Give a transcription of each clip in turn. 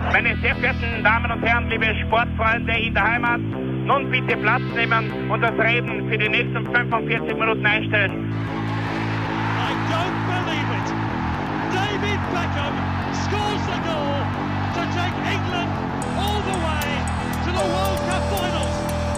Meine sehr verehrten Damen und Herren, liebe Sportfreunde in der Heimat, nun bitte Platz nehmen und das Reden für die nächsten 45 Minuten einstellen. I don't believe it. David Beckham scores the goal to take England all the way to the World Cup finals.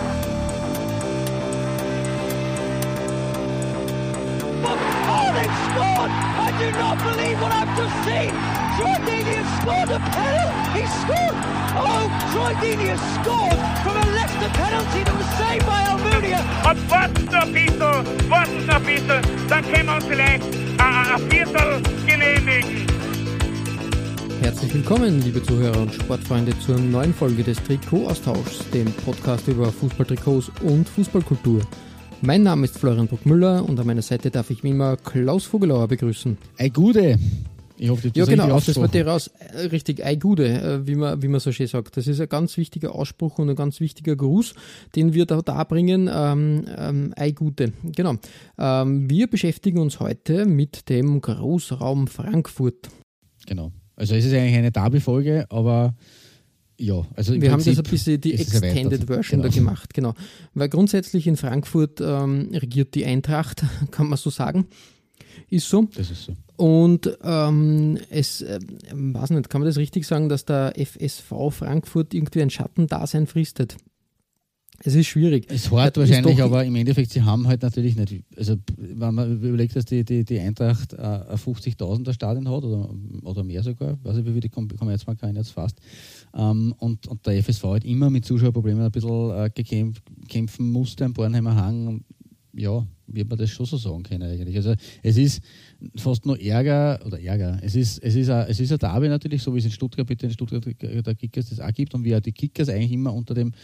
Oh, they've scored! I do not believe what I've just seen! Troy Deeney has scored a penalty! He scored! Oh, Troy Deeney has scored from a Leicester penalty that was saved by Almunia! Und warten noch ein bisschen, dann können wir uns vielleicht ein Viertel genehmigen. Herzlich willkommen, liebe Zuhörer und Sportfreunde, zur neuen Folge des Trikot-Austauschs, dem Podcast über Fußballtrikots und Fußballkultur. Mein Name ist Florian Bruckmüller und an meiner Seite darf ich wie immer Klaus Vogelauer begrüßen. Ei Gude! Ich hoffe, das ja, genau, das wird dir raus. Richtig, Ei Gude, wie man so schön sagt. Das ist ein ganz wichtiger Ausspruch und ein ganz wichtiger Gruß, den wir da bringen. Ei Gude, genau. Wir beschäftigen uns heute mit dem Großraum Frankfurt. Genau. Also es ist eigentlich eine Derby-Folge, aber ja, also wir haben das ein bisschen die Extended Version da gemacht, genau. Weil grundsätzlich in Frankfurt regiert die Eintracht, kann man so sagen. Ist so. Das ist so. Und weiß nicht, kann man das richtig sagen, dass der FSV Frankfurt irgendwie ein Schattendasein fristet? Es ist schwierig. Es hart wahrscheinlich, aber im Endeffekt, sie haben halt natürlich nicht, also wenn man überlegt, dass die Eintracht ein 50.000er Stadion hat oder mehr sogar, weiß ich, wie viele kommen jetzt mal keinen jetzt fast, und der FSV halt immer mit Zuschauerproblemen ein bisschen kämpfen musste am Bornheimer Hang. Ja, wird man das schon so sagen können eigentlich. Also es ist fast nur Ärger. Es ist ein Derby natürlich, so wie es in Stuttgart der Kickers das auch gibt und wie auch die Kickers eigentlich immer unter dem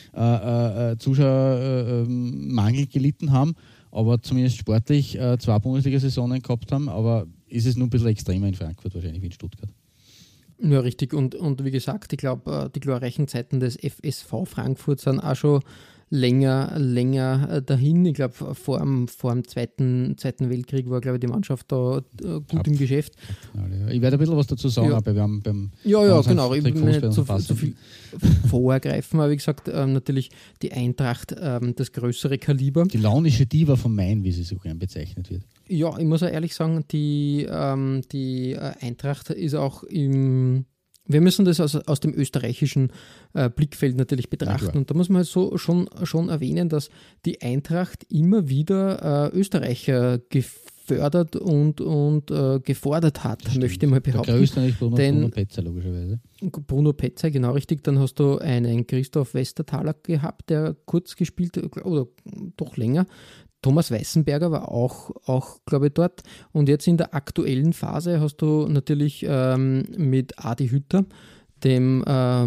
Zuschauermangel gelitten haben, aber zumindest sportlich 2 Bundesliga-Saisonen gehabt haben, aber ist es nur ein bisschen extremer in Frankfurt wahrscheinlich wie in Stuttgart. Ja, richtig. Und wie gesagt, ich glaube, die glorreichen Zeiten des FSV Frankfurt sind auch schon länger dahin. Ich glaube, vor dem Zweiten Weltkrieg war, glaube ich, die Mannschaft da gut im Geschäft. Ich werde ein bisschen was dazu sagen, ja. aber wir haben beim genau. Ich will nicht so viel vorgreifen, aber wie gesagt, natürlich die Eintracht, das größere Kaliber. Die launische Diva vom Main, wie sie so gern bezeichnet wird. Ja, ich muss auch ehrlich sagen, die Eintracht ist auch wir müssen das aus dem österreichischen Blickfeld natürlich betrachten. Und da muss man halt so schon erwähnen, dass die Eintracht immer wieder Österreicher gefördert und gefordert hat, möchte ich mal behaupten. Der größte nicht Bruno Petzer, logischerweise. Bruno Petzer, genau richtig. Dann hast du einen Christoph Westerthaler gehabt, der kurz gespielt oder doch länger. Thomas Weißenberger war auch, glaube ich, dort. Und jetzt in der aktuellen Phase hast du natürlich mit Adi Hütter, dem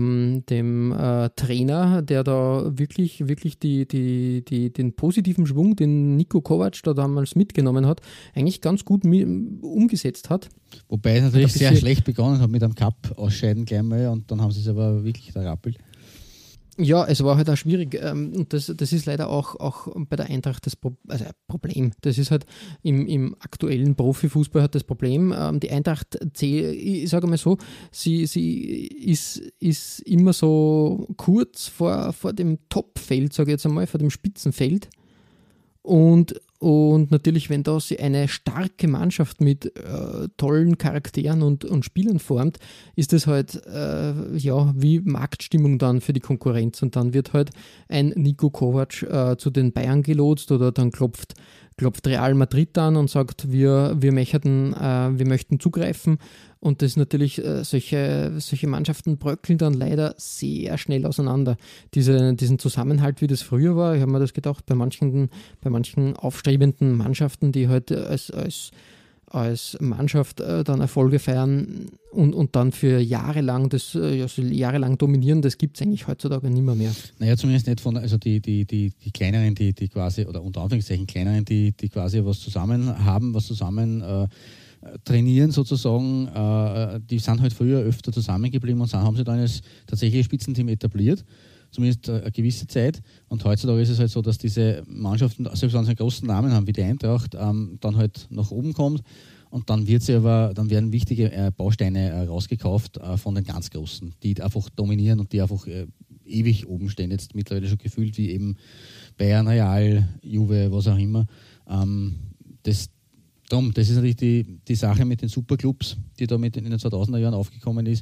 Trainer, der da wirklich den positiven Schwung, den Niko Kovac da damals mitgenommen hat, eigentlich ganz gut umgesetzt hat. Wobei es natürlich sehr schlecht begonnen hat mit einem Cup-Ausscheiden gleich mal und dann haben sie es aber wirklich rappelt. Ja, es war halt auch schwierig und das ist leider auch bei der Eintracht das Problem. Das ist halt im aktuellen Profifußball hat das Problem. Die Eintracht, ich sage mal so, sie ist immer so kurz vor dem Topfeld, sage ich jetzt einmal, vor dem Spitzenfeld. Und natürlich, wenn da sie eine starke Mannschaft mit tollen Charakteren und Spielern formt, ist das halt wie Marktstimmung dann für die Konkurrenz. Und dann wird halt ein Niko Kovac zu den Bayern gelotst oder dann klopft Real Madrid an und sagt, wir möchten zugreifen. Und das natürlich, solche Mannschaften bröckeln dann leider sehr schnell auseinander. Diesen Zusammenhalt, wie das früher war, ich habe mir das gedacht, bei manchen aufstrebenden Mannschaften, die halt als Mannschaft dann Erfolge feiern und dann für jahrelang dominieren, das gibt es eigentlich heutzutage nicht mehr. Naja, zumindest nicht also die kleineren, die quasi, oder unter Anführungszeichen kleineren, die quasi was zusammen haben, was zusammen trainieren sozusagen, die sind halt früher öfter zusammengeblieben und haben sie dann als tatsächlich Spitzenteam etabliert, zumindest eine gewisse Zeit. Und heutzutage ist es halt so, dass diese Mannschaften, selbst wenn sie einen großen Namen haben wie die Eintracht, dann halt nach oben kommt Und dann werden wichtige Bausteine rausgekauft von den ganz Großen, die einfach dominieren und die einfach ewig oben stehen, jetzt mittlerweile schon gefühlt wie eben Bayern, Real, Juve, was auch immer. Das ist natürlich die Sache mit den Superclubs, die da in den 2000er Jahren aufgekommen ist.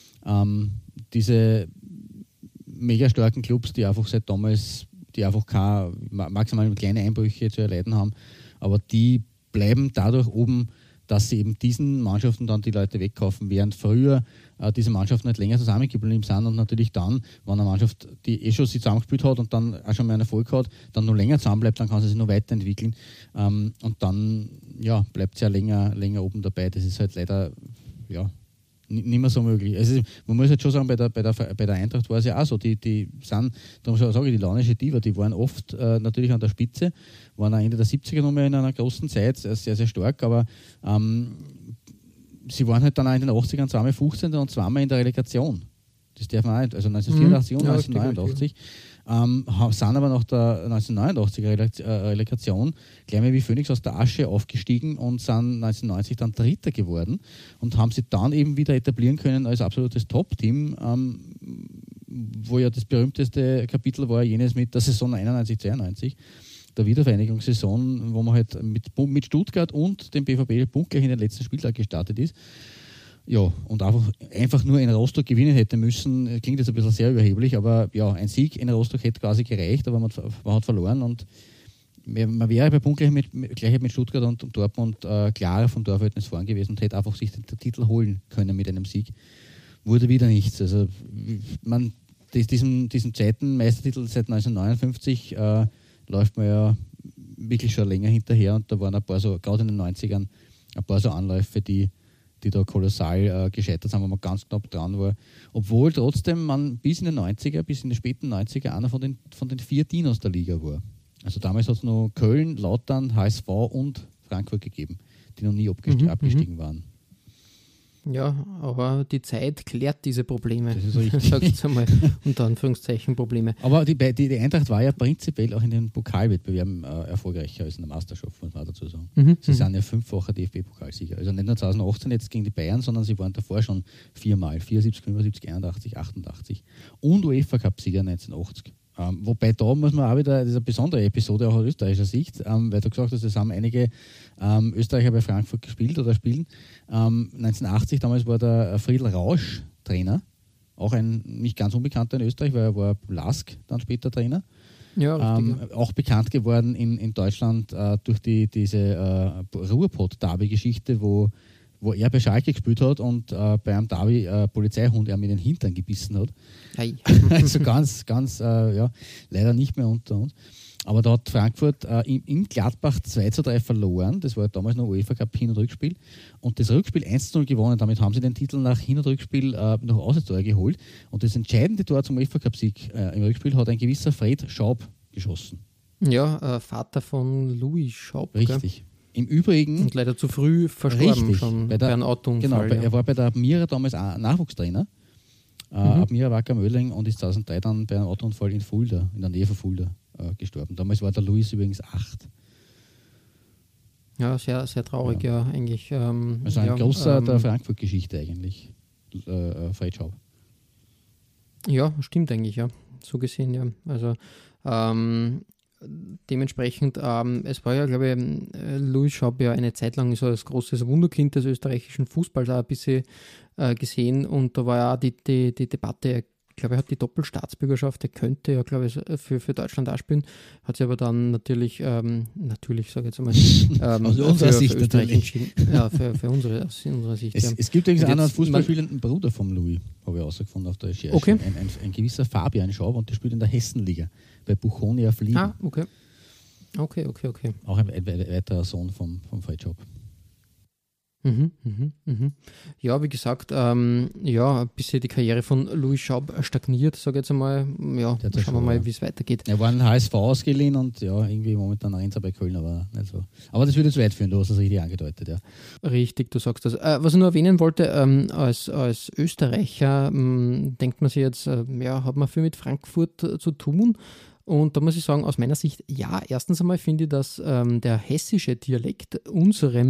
Diese mega starken Clubs, die einfach seit damals, die einfach maximal kleine Einbrüche zu erleiden haben, aber die bleiben dadurch oben, dass sie eben diesen Mannschaften dann die Leute wegkaufen, während früher diese Mannschaften nicht länger zusammengeblieben sind und natürlich dann, wenn eine Mannschaft, die schon sich zusammengespielt hat und dann auch schon mal einen Erfolg hat, dann noch länger zusammenbleibt, dann kann sie sich noch weiterentwickeln und dann bleibt sie ja länger oben dabei. Das ist halt leider nicht mehr so möglich. Also man muss halt schon sagen, bei der Eintracht war es ja auch so, die sind, darum sage ich, die launische Diva, die waren oft natürlich an der Spitze, waren am Ende der 70er nochmal in einer großen Zeit sehr, sehr stark, aber sie waren halt dann auch in den 80ern zweimal 15. und zweimal in der Relegation. Das darf man auch nicht, also 1984 und 1989. Sind aber nach der 1989er Relegation gleich mal wie Phönix aus der Asche aufgestiegen und sind 1990 dann Dritter geworden und haben sich dann eben wieder etablieren können als absolutes Top-Team, wo ja das berühmteste Kapitel war jenes mit der Saison 91-92, der Wiedervereinigungssaison, wo man halt mit Stuttgart und dem BVB punktgleich in den letzten Spieltag gestartet ist. Ja, und einfach nur in Rostock gewinnen hätte müssen, klingt jetzt ein bisschen sehr überheblich, aber ja, ein Sieg in Rostock hätte quasi gereicht, aber man hat verloren und man wäre bei Punktgleichheit mit Stuttgart und Dortmund klarer vom Torverhältnis vorn gewesen und hätte einfach sich den Titel holen können mit einem Sieg. Wurde wieder nichts. Also diesen zweiten Meistertitel seit 1959 läuft man ja wirklich schon länger hinterher und da waren ein paar so, gerade in den 90ern, ein paar so Anläufe, die da kolossal gescheitert sind, wo man ganz knapp dran war. Obwohl trotzdem man bis in den späten 90er einer von den 4 Dinos der Liga war. Also damals hat es noch Köln, Lautern, HSV und Frankfurt gegeben, die noch nie abgestiegen waren. Ja, aber die Zeit klärt diese Probleme. Das ist richtig. Sag jetzt einmal unter Anführungszeichen Probleme. Aber die Eintracht war ja prinzipiell auch in den Pokalwettbewerben erfolgreicher als in der Meisterschaft, muss man dazu sagen. Sie sind ja 5-facher DFB-Pokalsieger. Also nicht nur 2018 jetzt gegen die Bayern, sondern sie waren davor schon 4-mal. 74, 75, 81, 88 und UEFA-Cup-Sieger 1980. Wobei da muss man auch wieder, das ist eine besondere Episode auch aus österreichischer Sicht, weil du gesagt hast, es haben einige Österreicher bei Frankfurt gespielt oder spielen. 1980 damals war der Friedl Rausch Trainer, auch ein nicht ganz unbekannter in Österreich, weil er war Lask dann später Trainer. Ja, richtig, auch bekannt geworden in Deutschland durch diese Ruhrpott-Derby-Geschichte, wo er bei Schalke gespielt hat und bei einem Derby Polizeihund er mit den Hintern gebissen hat. Hey. Also ganz, leider nicht mehr unter uns. Aber da hat Frankfurt in Gladbach 2-3 verloren. Das war damals noch UEFA Cup Hin- und Rückspiel. Und das Rückspiel 1-0 gewonnen. Damit haben sie den Titel nach Hin- und Rückspiel noch Auswärtstor geholt. Und das entscheidende Tor zum UEFA Cup Sieg im Rückspiel hat ein gewisser Fred Schaub geschossen. Ja, Vater von Louis Schaub. Richtig. Gell? Im Übrigen... Und leider zu früh verstorben richtig, schon bei einem Autounfall. Genau, er war bei der Admira damals auch Nachwuchstrainer. Admira Wacker Mödling und ist 2003 dann bei einem Autounfall in Fulda, in der Nähe von Fulda, gestorben. Damals war der Louis übrigens 8. Ja, sehr, sehr traurig, ja eigentlich. Also ein großer der Frankfurt-Geschichte eigentlich, Fred Schaub. Ja, stimmt eigentlich, ja. So gesehen, ja. Also dementsprechend, es war ja, glaube ich, Louis Schaub ja eine Zeit lang so als großes Wunderkind des österreichischen Fußballs auch ein bisschen gesehen und da war ja auch die Debatte, ich glaube, er hat die Doppelstaatsbürgerschaft, er könnte ja, glaube ich, für Deutschland auch spielen, hat sich aber dann natürlich, sage ich jetzt einmal, aus unserer Sicht für Österreich entschieden. Ja, für unsere Sicht. Es gibt übrigens einen fußballspielenden Bruder vom Louis, habe ich herausgefunden auf der Recherche. Okay. Ein gewisser Fabian Schaub und der spielt in der Hessenliga bei Buchonia Fliegen. Ah, okay. Auch ein weiterer Sohn vom Fred Schaub. Ja, wie gesagt, ein bisschen die Karriere von Louis Schaub stagniert, sage ich jetzt einmal. Ja, schauen wir mal, wie es weitergeht. Er war in HSV ausgeliehen und ja, irgendwie momentan rennt er bei Köln, aber nicht so. Aber das würde zu weit führen, du hast das richtig angedeutet, ja. Richtig, du sagst das. Was ich nur erwähnen wollte, als Österreicher denkt man sich jetzt, hat man viel mit Frankfurt zu tun. Und da muss ich sagen, aus meiner Sicht, ja, erstens einmal finde ich, dass der hessische Dialekt unserem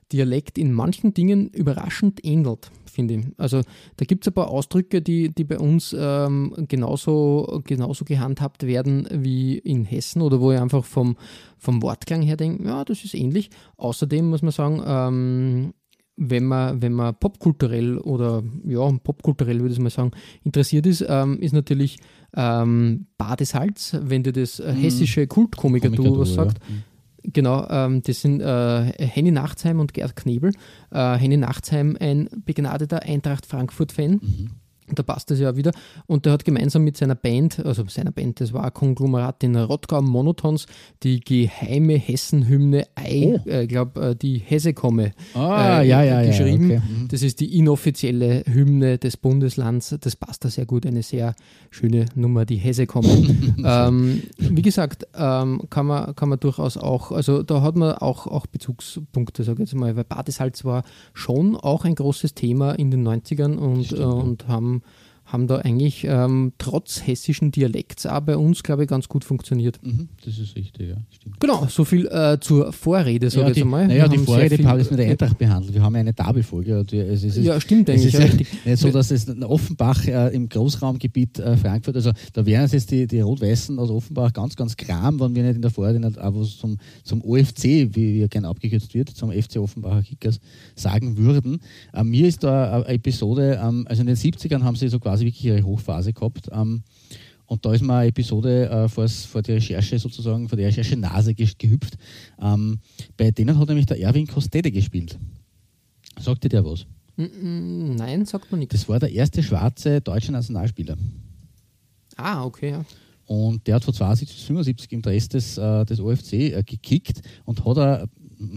Dialekt in manchen Dingen überraschend ähnelt, finde ich. Also da gibt es ein paar Ausdrücke, die bei uns genauso gehandhabt werden wie in Hessen oder wo ich einfach vom Wortklang her denke, ja, das ist ähnlich. Außerdem muss man sagen, wenn man popkulturell würde ich mal sagen, interessiert ist, ist natürlich Badesalz, wenn dir das hessische Kultkomiker-Duo was sagt. Ja. Genau, das sind Henny Nachtsheim und Gerd Knebel. Henny Nachtsheim, ein begnadeter Eintracht Frankfurt-Fan. Da passt das ja auch wieder. Und der hat gemeinsam mit seiner Band, das war ein Konglomerat in Rottgau Monotons, die geheime Hessen-Hymne ich glaube, die Hesse-Komme geschrieben. Okay. Das ist die inoffizielle Hymne des Bundeslands. Das passt da sehr gut. Eine sehr schöne Nummer, die Hesse-Komme. Wie gesagt, kann man durchaus auch, also da hat man auch Bezugspunkte, sage ich jetzt mal, weil Badesalz war schon auch ein großes Thema in den 90ern und haben da eigentlich trotz hessischen Dialekts auch bei uns, glaube ich, ganz gut funktioniert. Das ist richtig, ja. Stimmt. Genau, so viel zur Vorrede, sage ich jetzt einmal. Naja, die Vorrede haben wir mit der Eintracht behandelt. Wir haben ja eine Derby-Folge. Ja, stimmt eigentlich. Es ist nicht so, dass es Offenbach im Großraumgebiet Frankfurt, also da wären es jetzt die Rot-Weißen aus Offenbach ganz, ganz kram, wenn wir nicht in der Vorrede nicht auch was zum OFC, wie er gerne abgekürzt wird, zum FC Offenbacher Kickers sagen würden. Mir ist da eine Episode, also in den 70ern haben sie so quasi wirklich ihre Hochphase gehabt. Und da ist mir eine Episode vor der Recherche sozusagen, vor der Recherche-Nase gehüpft. Bei denen hat nämlich der Erwin Kostede gespielt. Sagt dir der was? Nein, sagt man nichts. Das war der erste schwarze deutsche Nationalspieler. Ah, okay, ja. Und der hat von 72 bis 75 im Dress des OFC gekickt und hat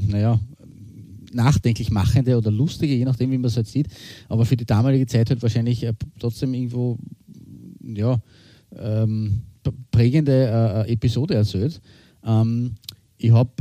nachdenklich machende oder lustige, je nachdem, wie man es halt sieht, aber für die damalige Zeit halt wahrscheinlich trotzdem irgendwo prägende Episode erzählt. Ich habe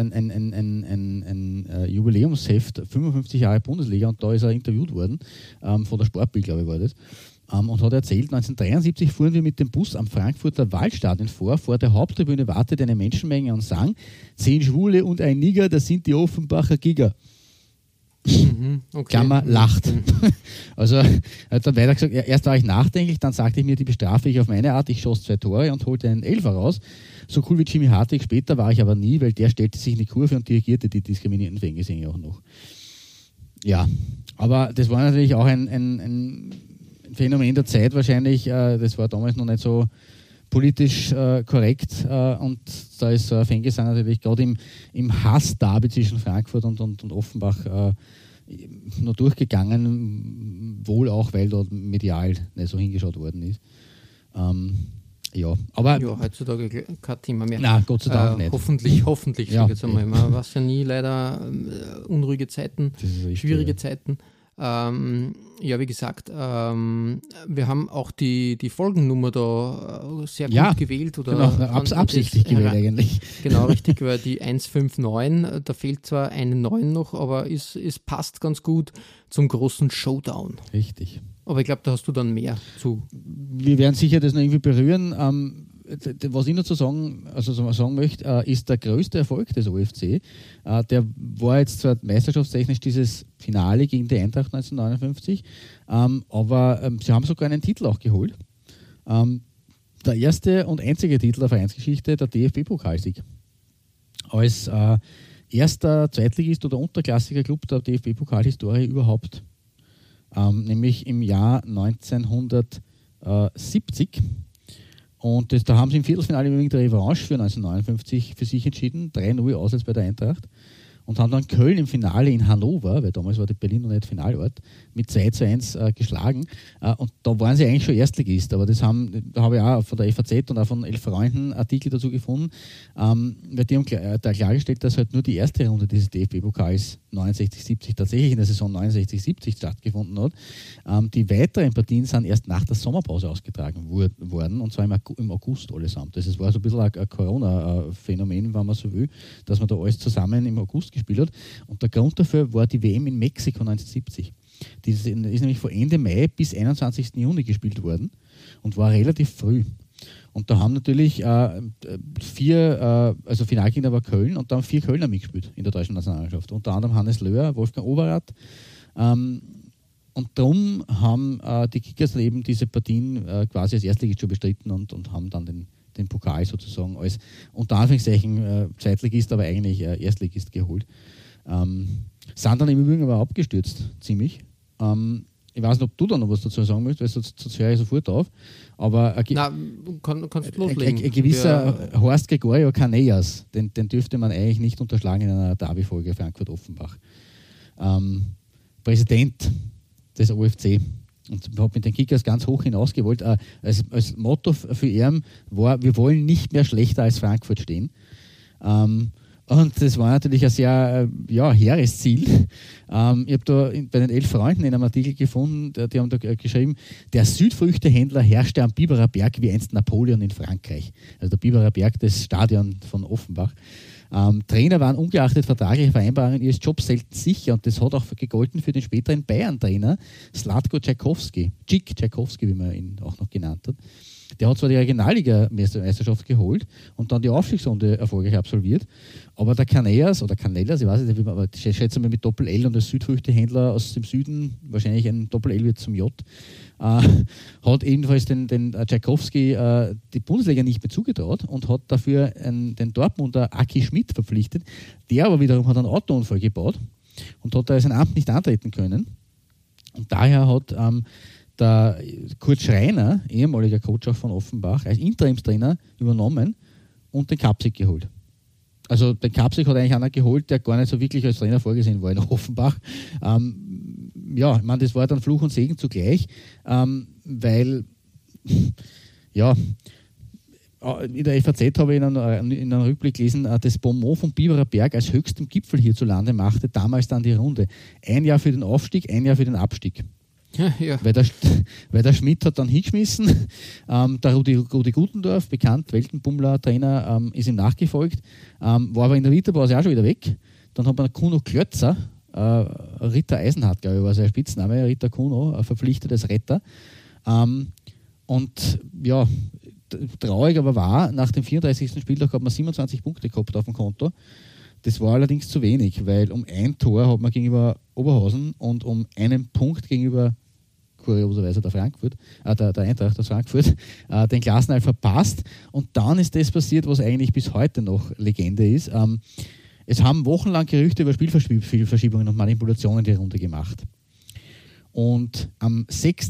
ein Jubiläumsheft, 55 Jahre Bundesliga, und da ist er interviewt worden, von der Sportbild, glaube ich, war das. Und hat erzählt, 1973 fuhren wir mit dem Bus am Frankfurter Waldstadion vor der Haupttribüne wartete eine Menschenmenge und sang: 10 Schwule und ein Nigger, das sind die Offenbacher Giger. Okay. Klammer, lacht. Also er hat dann weiter gesagt, erst war ich nachdenklich, dann sagte ich mir, die bestrafe ich auf meine Art, ich schoss 2 Tore und holte einen Elfer raus. So cool wie Jimmy Hartig später war ich aber nie, weil der stellte sich in die Kurve und dirigierte die diskriminierten Fangesänge auch noch. Ja, aber das war natürlich auch ein Phänomen der Zeit wahrscheinlich. Das war damals noch nicht so politisch korrekt und da ist so ein Fangesang natürlich gerade im Hass-Derby zwischen Frankfurt und Offenbach noch durchgegangen, wohl auch, weil dort medial nicht so hingeschaut worden ist. Aber heutzutage kein Thema mehr. Nein, Gott sei Dank nicht. Hoffentlich, sage ich jetzt einmal. Man weiß ja nie, leider unruhige Zeiten, schwierige Zeiten. Wie gesagt, wir haben auch die Folgennummer da sehr gut gewählt. Oder genau, absichtlich gewählt eigentlich. Genau, richtig, weil die 159, da fehlt zwar eine 9 noch, aber es passt ganz gut zum großen Showdown. Richtig. Aber ich glaube, da hast du dann mehr zu. Wir werden sicher das noch irgendwie berühren. Was ich noch sagen möchte, ist der größte Erfolg des OFC. Der war jetzt zwar meisterschaftstechnisch dieses Finale gegen die Eintracht 1959, aber sie haben sogar einen Titel auch geholt. Der erste und einzige Titel der Vereinsgeschichte, der DFB-Pokalsieg. Als erster Zweitligist oder unterklassiger Club der DFB-Pokalhistorie überhaupt. Nämlich im Jahr 1970. Und da haben sie im Viertelfinale übrigens die Revanche für 1959 für sich entschieden. 3-0 auswärts bei der Eintracht. Und haben dann Köln im Finale in Hannover, weil damals war die Berlin noch nicht Finalort, mit 2-1 geschlagen. Und da waren sie eigentlich schon Erstligist. Aber da habe ich auch von der FAZ und auch von 11 Freunden Artikel dazu gefunden. Weil die haben da klargestellt, dass halt nur die erste Runde dieses DFB-Pokals 69-70 tatsächlich in der Saison 69-70 stattgefunden hat. Die weiteren Partien sind erst nach der Sommerpause ausgetragen worden, und zwar im August allesamt. Das war so ein bisschen ein Corona-Phänomen, wenn man so will, dass man da alles zusammen im August gespielt hat. Und der Grund dafür war die WM in Mexiko 1970. Die ist nämlich von Ende Mai bis 21. Juni gespielt worden und war relativ früh. Und da haben natürlich 4, also Finalgegner war Köln und da haben 4 Kölner mitgespielt in der deutschen Nationalmannschaft. Unter anderem Hannes Löhr, Wolfgang Overath. Und darum haben die Kickers eben diese Partien quasi als Erstligist schon bestritten und haben dann den Pokal sozusagen als unter Anführungszeichen Zweitligist, aber eigentlich Erstligist geholt. Sind dann im Übrigen aber abgestürzt, ziemlich. Ich weiß nicht, ob du da noch was dazu sagen möchtest, weil sonst höre ich sofort auf. Aber kannst du loslegen. Ein gewisser Horst Gregorio Canellas, den dürfte man eigentlich nicht unterschlagen in einer Derby-Folge Frankfurt-Offenbach. Präsident des OFC und hat mit den Kickers ganz hoch hinausgewollt. Als Motto für ihn war, wir wollen nicht mehr schlechter als Frankfurt stehen. Und das war natürlich ein sehr hehres Ziel. Ich habe da bei den 11 Freunden in einem Artikel gefunden, die haben da geschrieben, der Südfrüchtehändler herrschte am Biberer Berg wie einst Napoleon in Frankreich. Also der Biberer Berg, das Stadion von Offenbach. Trainer waren ungeachtet vertragliche Vereinbarungen ihres Jobs selten sicher und das hat auch gegolten für den späteren Bayern-Trainer Zlatko Tchaikovsky, wie man ihn auch noch genannt hat. Der hat zwar die Regionalliga-Meisterschaft geholt und dann die Aufstiegsrunde erfolgreich absolviert, aber der Canellas, ich weiß nicht, aber ich schätze mal mit Doppel-L und als Südfrüchtehändler aus dem Süden, wahrscheinlich ein Doppel-L wird zum J, hat ebenfalls den Tchaikovsky die Bundesliga nicht mehr zugetraut und hat dafür den Dortmunder Aki Schmidt verpflichtet. Der aber wiederum hat einen Autounfall gebaut und hat da sein Amt nicht antreten können. Und daher hat der Kurt Schreiner, ehemaliger Coach auch von Offenbach, als Interimstrainer übernommen und den Kapsig geholt. Also den Kapsig hat eigentlich einer geholt, der gar nicht so wirklich als Trainer vorgesehen war in Offenbach. Ich meine, das war dann Fluch und Segen zugleich, weil in der FAZ habe ich in einem Rückblick gelesen, das Bonmot vom Biberer Berg als höchstem Gipfel hierzulande machte damals dann die Runde. 1 Jahr für den Aufstieg, 1 Jahr für den Abstieg. Ja. Weil der Schmidt hat dann hingeschmissen, der Rudi Gutendorf, bekannt, Weltenbummler, Trainer, ist ihm nachgefolgt, war aber in der Winterpause auch schon wieder weg. Dann hat man Kuno Klötzer, Ritter Eisenhardt, glaube ich, war sein Spitzname, Ritter Kuno, verpflichtet als Retter. Traurig aber war, nach dem 34. Spieltag hat man 27 Punkte gehabt auf dem Konto. Das war allerdings zu wenig, weil um 1 Tor hat man gegenüber Oberhausen und um 1 Punkt gegenüber kurioserweise der Eintracht aus Frankfurt, den Klassenerhalt verpasst. Und dann ist das passiert, was eigentlich bis heute noch Legende ist. Es haben wochenlang Gerüchte über Spielverschiebungen und Manipulationen die Runde gemacht. Und am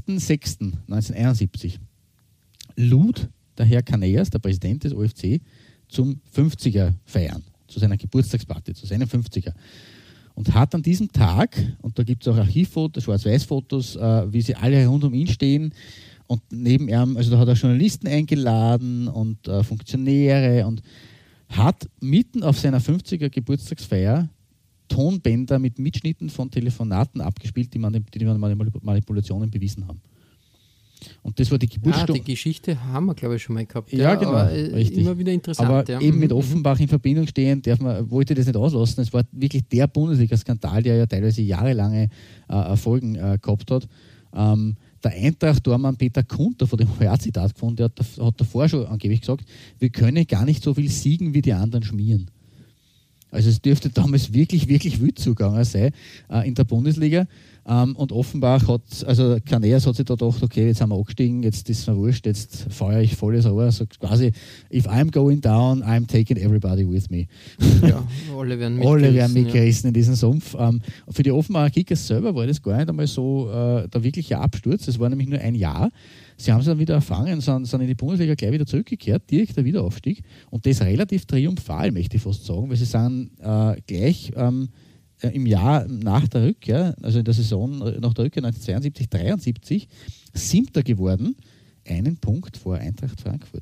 6.6.1971 lud der Herr Canellas, der Präsident des OFC, zum 50er feiern, zu seiner Geburtstagsparty, zu seinem 50er. Und hat an diesem Tag, und da gibt es auch Archivfotos, Schwarz-Weiß-Fotos, wie sie alle rund um ihn stehen, und neben ihm, also da hat er Journalisten eingeladen und Funktionäre und hat mitten auf seiner 50er Geburtstagsfeier Tonbänder mit Mitschnitten von Telefonaten abgespielt, die Manipulationen bewiesen haben. Und das war die Geburtsstunde. Die Geschichte haben wir, glaube ich, schon mal gehabt. Ja, genau. Richtig. Immer wieder interessant. Aber eben mit Offenbach in Verbindung stehen, wollte das nicht auslassen. Es war wirklich der Bundesliga-Skandal, der ja teilweise jahrelange Folgen gehabt hat. Der Eintracht-Tormann Peter Kunter, von dem habe ich auch ein Zitat gefunden, der hat davor schon angeblich gesagt, wir können gar nicht so viel siegen, wie die anderen schmieren. Also es dürfte damals wirklich, wirklich wild zugegangen sein in der Bundesliga. Und Offenbach Canellas hat sich da gedacht, okay, jetzt haben wir angestiegen, jetzt ist es mir wurscht, jetzt feuere ich volles Rohr. So quasi, if I'm going down, I'm taking everybody with me. Ja, alle werden mitgerissen in diesen Sumpf. Für die Offenbacher Kickers selber war das gar nicht einmal so der wirkliche Absturz. Es war nämlich nur 1 Jahr. Sie haben es dann wieder erfangen, sind in die Bundesliga gleich wieder zurückgekehrt, direkt der Wiederaufstieg. Und das relativ triumphal, möchte ich fast sagen, weil sie sind gleich im Jahr nach der Rückkehr, also in der Saison nach der Rückkehr 1972, 7. geworden, 1 Punkt vor Eintracht Frankfurt.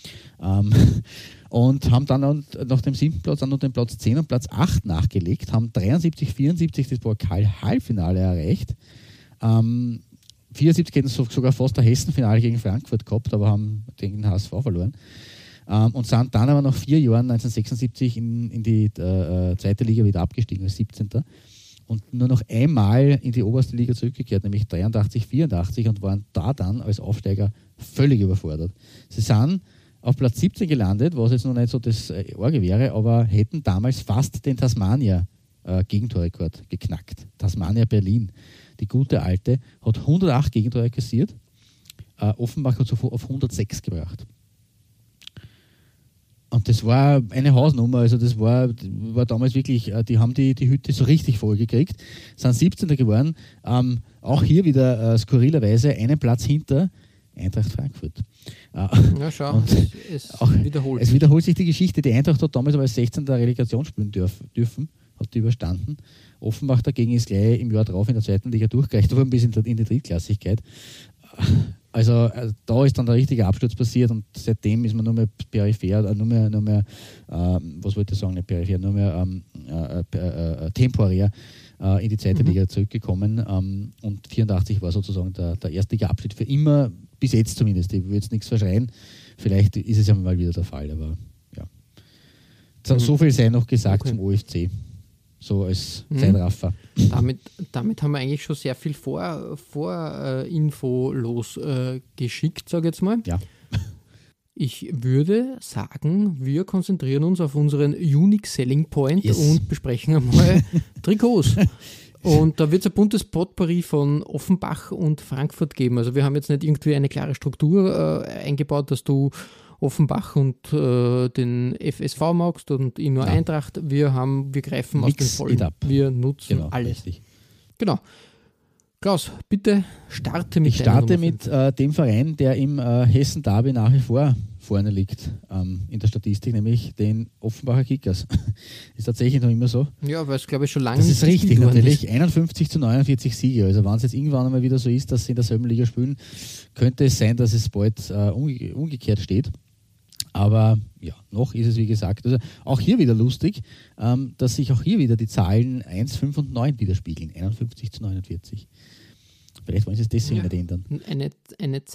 Und haben dann nach dem 7. Platz dann noch den Platz 10 und Platz 8 nachgelegt, haben 73-74 das Pokal-Halbfinale erreicht. 74 hätten sogar fast ein Hessenfinale gegen Frankfurt gehabt, aber haben gegen den HSV verloren. Und sind dann aber nach 4 Jahren, 1976, in die 2. Liga wieder abgestiegen, als 17. und nur noch einmal in die oberste Liga zurückgekehrt, nämlich 83, 84 und waren da dann als Aufsteiger völlig überfordert. Sie sind auf Platz 17 gelandet, was jetzt noch nicht so das Arge wäre, aber hätten damals fast den Tasmania-Gegentorrekord geknackt. Tasmania Berlin, die gute alte, hat 108 Gegentore kassiert. Offenbach hat zuvor auf 106 gebracht. Und das war eine Hausnummer, also das war damals wirklich, die haben die Hütte so richtig voll gekriegt, sind 17. geworden, auch hier wieder skurrilerweise einen Platz hinter Eintracht Frankfurt. Ja, schau, es wiederholt sich die Geschichte. Die Eintracht hat damals aber als 16. Relegation spielen dürfen, hat die überstanden. Offenbach dagegen ist gleich im Jahr drauf in der zweiten Liga durchgereicht worden bis in die Drittklassigkeit. Also da ist dann der richtige Absturz passiert und seitdem ist man nur mehr peripher, was wollte ich sagen, nicht peripher, nur mehr temporär in die zweite Liga zurückgekommen und 84 war sozusagen der Erstliga-Abschied für immer, bis jetzt zumindest. Ich will jetzt nichts verschreien, vielleicht ist es ja mal wieder der Fall, aber ja. So viel sei noch gesagt zum OFC. So als Zeitraffer. Damit haben wir eigentlich schon sehr viel Info losgeschickt, sage ich jetzt mal. Ja. Ich würde sagen, wir konzentrieren uns auf unseren Unique Selling Point und besprechen einmal Trikots. Und da wird es ein buntes Potpourri von Offenbach und Frankfurt geben. Also wir haben jetzt nicht irgendwie eine klare Struktur eingebaut, dass du Offenbach und den FSV magst und ich nur Eintracht. Wir greifen aus dem Vollen. Wir nutzen alles. Richtig. Genau. Klaus, bitte starte mit dem Verein, der im Hessen-Derby nach wie vor vorne liegt in der Statistik, nämlich den Offenbacher Kickers. Ist tatsächlich noch immer so. Ja, weil es glaube ich schon lange das ist richtig, natürlich. 51-49 Siege. Also wenn es jetzt irgendwann einmal wieder so ist, dass sie in derselben Liga spielen, könnte es sein, dass es bald umgekehrt steht. Aber ja, noch ist es wie gesagt, also auch hier wieder lustig, dass sich auch hier wieder die Zahlen 1, 5 und 9 widerspiegeln. 51-49. Vielleicht wollen sie es deswegen nicht ändern. Ein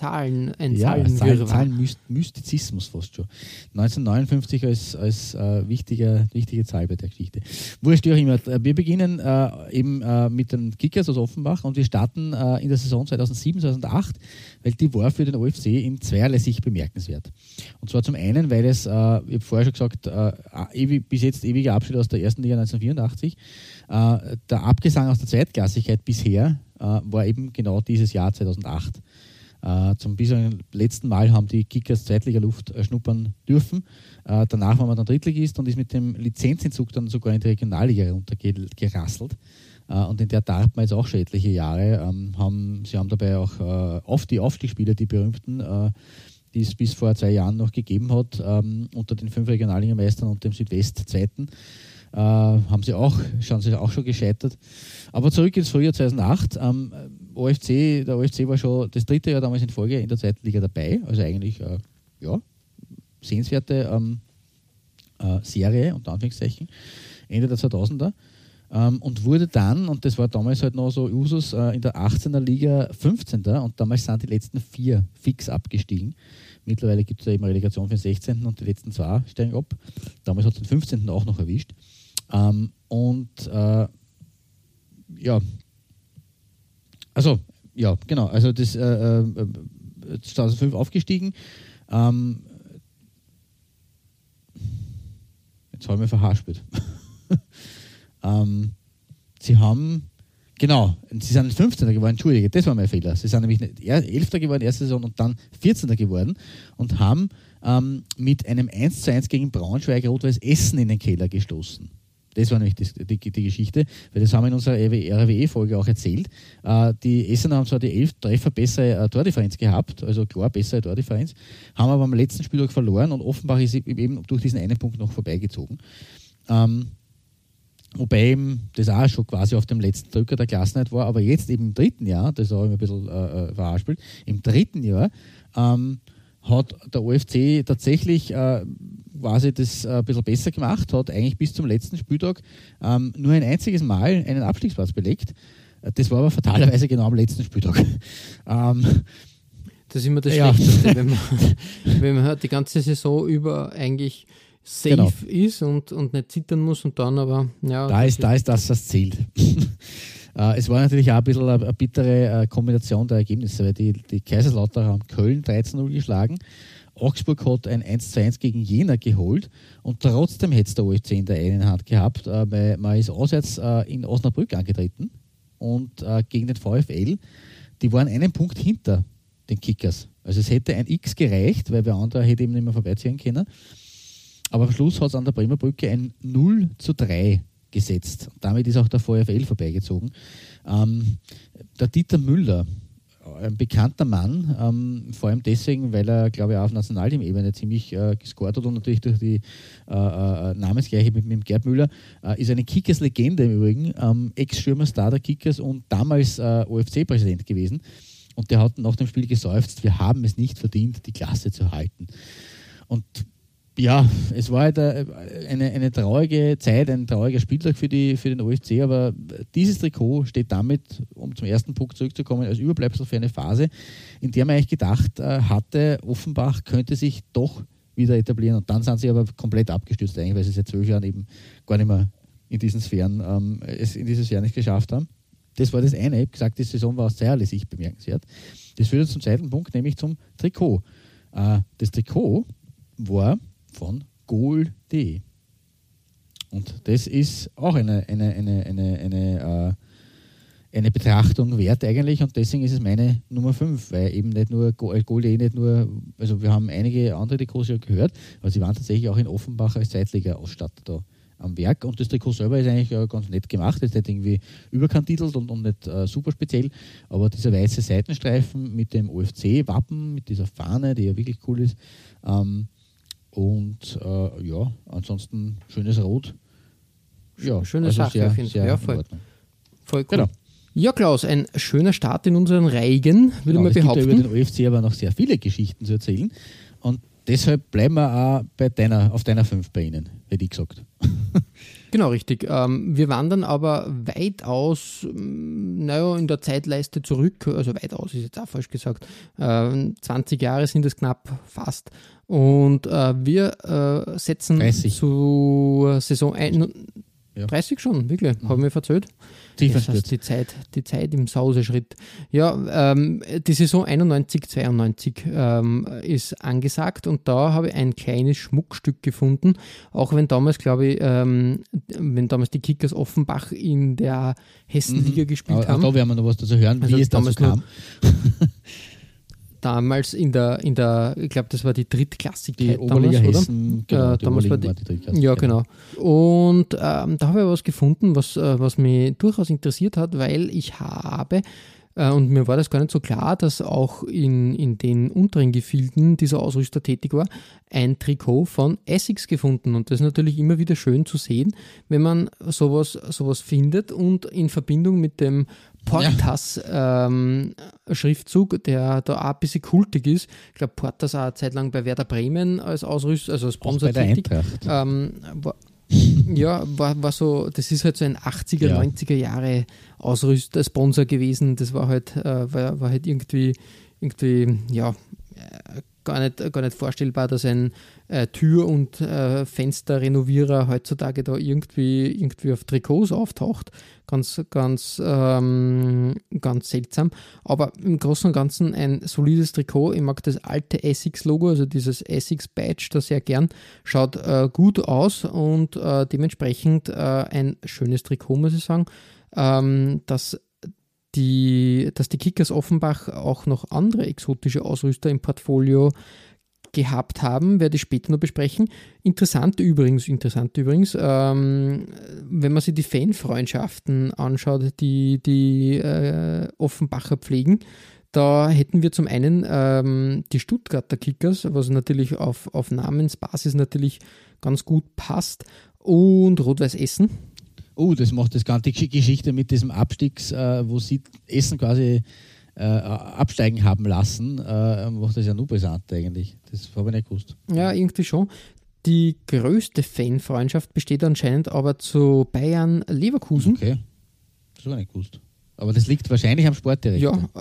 Zahlenmystizismus fast schon. 1959 als wichtige Zahl bei der Geschichte. Wurscht wie auch immer. Wir beginnen eben mit den Kickers aus Offenbach und wir starten in der Saison 2007, 2008, weil die war für den OFC in zweierlei Sicht bemerkenswert. Und zwar zum einen, weil es, ich habe vorher schon gesagt, bis jetzt ewiger Abschied aus der ersten Liga 1984, der Abgesang aus der Zweitklassigkeit bisher war eben genau dieses Jahr 2008. Zum bisherigen letzten Mal haben die Kickers Zweitliga-Luft schnuppern dürfen. Danach war man dann Drittligist und ist mit dem Lizenzentzug dann sogar in die Regionalliga runtergerasselt. Und in der darf man jetzt auch schon etliche Jahre. Sie haben dabei auch oft die Aufstiegsspiele, die berühmten, die es bis vor 2 Jahren noch gegeben hat, unter den 5 Regionalligameistern und dem Südwest-Zweiten. Schauen sie auch schon gescheitert. Aber zurück ins Frühjahr 2008. Der OFC war schon das 3. Jahr damals in Folge in der zweiten Liga dabei. Also eigentlich sehenswerte Serie, unter Anführungszeichen, Ende der 2000er. Und wurde dann, und das war damals halt noch so Usus, in der 18er Liga 15. Und damals sind die letzten 4 fix abgestiegen. Mittlerweile gibt es da eben Relegation für den 16. und die letzten 2 steigen ab. Damals hat es den 15. auch noch erwischt. Genau. Also das 2005 aufgestiegen. Jetzt habe ich mich verhaspelt. Sie sind 15. geworden, Entschuldige, das war mein Fehler. Sie sind nämlich 11. geworden, erste Saison und dann 14. geworden und haben mit einem 1:1 gegen Braunschweig Rot-Weiß Essen in den Keller gestoßen. Das war nämlich die Geschichte, weil das haben wir in unserer RWE-Folge auch erzählt. Die Essener haben zwar die 11 Treffer bessere Tordifferenz gehabt, also klar bessere Tordifferenz, haben aber am letzten Spieltag verloren und Offenbach ist eben durch diesen einen Punkt noch vorbeigezogen. Wobei eben das auch schon quasi auf dem letzten Drücker der Klassenerhalt war, aber jetzt eben im 3. Jahr, das habe ich mir ein bisschen verhaspelt, im 3. Jahr hat der OFC tatsächlich quasi das ein bisschen besser gemacht, hat eigentlich bis zum letzten Spieltag nur ein einziges Mal einen Abstiegsplatz belegt. Das war aber fatalerweise genau am letzten Spieltag. Das ist immer das Schlechteste, wenn man halt die ganze Saison über eigentlich safe ist und nicht zittern muss und dann aber, ja. Da ist das zählt. Es war natürlich auch ein bisschen eine bittere Kombination der Ergebnisse, weil die Kaiserslautern haben Köln 13-0 geschlagen, Augsburg hat ein 1:1 gegen Jena geholt und trotzdem hätte es der OFC in der einen Hand gehabt, weil man ist auswärts in Osnabrück angetreten und gegen den VfL, die waren einen Punkt hinter den Kickers. Also es hätte ein X gereicht, weil wer andere hätte eben nicht mehr vorbeiziehen können. Aber am Schluss hat es an der Bremer Brücke ein 0:3 gesetzt. Damit ist auch der VfL vorbeigezogen. Der Dieter Müller, ein bekannter Mann, vor allem deswegen, weil er, glaube ich, auch auf Nationalteam-Ebene ziemlich gescored hat und natürlich durch die Namensgleiche mit dem Gerd Müller, ist eine Kickers-Legende im Übrigen, Ex-Stürmerstar der Kickers und damals OFC-Präsident gewesen. Und der hat nach dem Spiel geseufzt, wir haben es nicht verdient, die Klasse zu halten. Und ja, es war halt eine traurige Zeit, ein trauriger Spieltag für den OFC, aber dieses Trikot steht damit, um zum ersten Punkt zurückzukommen, als Überbleibsel für eine Phase, in der man eigentlich gedacht hatte, Offenbach könnte sich doch wieder etablieren und dann sind sie aber komplett abgestürzt eigentlich, weil sie seit 12 Jahren eben gar nicht mehr in diesen Sphären es in dieses Jahr nicht geschafft haben. Das war das eine. Ich habe gesagt, die Saison war aus zweierlei Sicht bemerkenswert. Das führt uns zum zweiten Punkt, nämlich zum Trikot. Das Trikot war von goal.de. Und das ist auch eine Betrachtung wert eigentlich und deswegen ist es meine Nummer 5, weil eben nicht nur goal.de, nicht nur, also wir haben einige andere Trikots ja gehört, aber sie waren tatsächlich auch in Offenbach als Zweitliga-Ausstatter da am Werk und das Trikot selber ist eigentlich ganz nett gemacht, ist nicht irgendwie überkantitelt und nicht super speziell, aber dieser weiße Seitenstreifen mit dem OFC-Wappen, mit dieser Fahne, die ja wirklich cool ist, und ja, ansonsten schönes Rot. Ja, schöne also Sache auf jeden Fall. Ja, voll cool. Genau. Ja, Klaus, ein schöner Start in unseren Reigen, würde man behaupten. Es gibt ja über den OFC aber noch sehr viele Geschichten zu erzählen und deshalb bleiben wir auch auf deiner 5 bei Ihnen, hätte ich gesagt. Genau, richtig. Wir wandern aber weitaus, in der Zeitleiste zurück, also weitaus ist jetzt auch falsch gesagt, 20 Jahre sind es knapp fast und wir setzen 30. Zur Saison 30 schon, wirklich, habe ich mir verzählt. Das heißt, die Zeit im Sauseschritt. Ja, die Saison 91-92 ist angesagt und da habe ich ein kleines Schmuckstück gefunden, auch wenn damals, glaube ich, die Kickers Offenbach in der Hessenliga gespielt haben. Da werden wir noch was dazu hören, wie es dazu kam. Damals in der, ich glaube, das war die Drittklassigkeit. Die Oberliga damals, Hessen, genau, damals war die Drittklassigkeit. Ja, genau. Und da habe ich was gefunden, was mich durchaus interessiert hat, weil ich habe, und mir war das gar nicht so klar, dass auch in den unteren Gefilden dieser Ausrüster tätig war, ein Trikot von Essex gefunden. Und das ist natürlich immer wieder schön zu sehen, wenn man sowas findet und in Verbindung mit dem Portas-Schriftzug, der da auch ein bisschen kultig ist. Ich glaube, Portas auch eine Zeit lang bei Werder Bremen als Ausrüster, also als Sponsor tätig. War so, das ist halt so ein 80er, 90er Jahre Ausrüster, Sponsor gewesen. Das war halt, war halt irgendwie gar nicht vorstellbar, dass ein Tür- und Fensterrenovierer heutzutage da irgendwie auf Trikots auftaucht. Ganz seltsam. Aber im Großen und Ganzen ein solides Trikot. Ich mag das alte Essex-Logo, also dieses Essex-Badge da sehr gern. Schaut gut aus und dementsprechend ein schönes Trikot, muss ich sagen. Dass die Kickers Offenbach auch noch andere exotische Ausrüster im Portfolio gehabt haben, werde ich später noch besprechen. Interessant übrigens, wenn man sich die Fanfreundschaften anschaut, die Offenbacher pflegen, da hätten wir zum einen die Stuttgarter Kickers, was natürlich auf Namensbasis natürlich ganz gut passt, und Rot-Weiß Essen. Das macht das ganze Geschichte mit diesem Abstiegs, wo sie Essen quasi absteigen haben lassen, macht das ja nur brisant eigentlich. Das habe ich nicht gewusst. Ja, irgendwie schon. Die größte Fanfreundschaft besteht anscheinend aber zu Bayern Leverkusen. Okay, das habe ich nicht gewusst. Aber das liegt wahrscheinlich am Sportdirektor. Ja,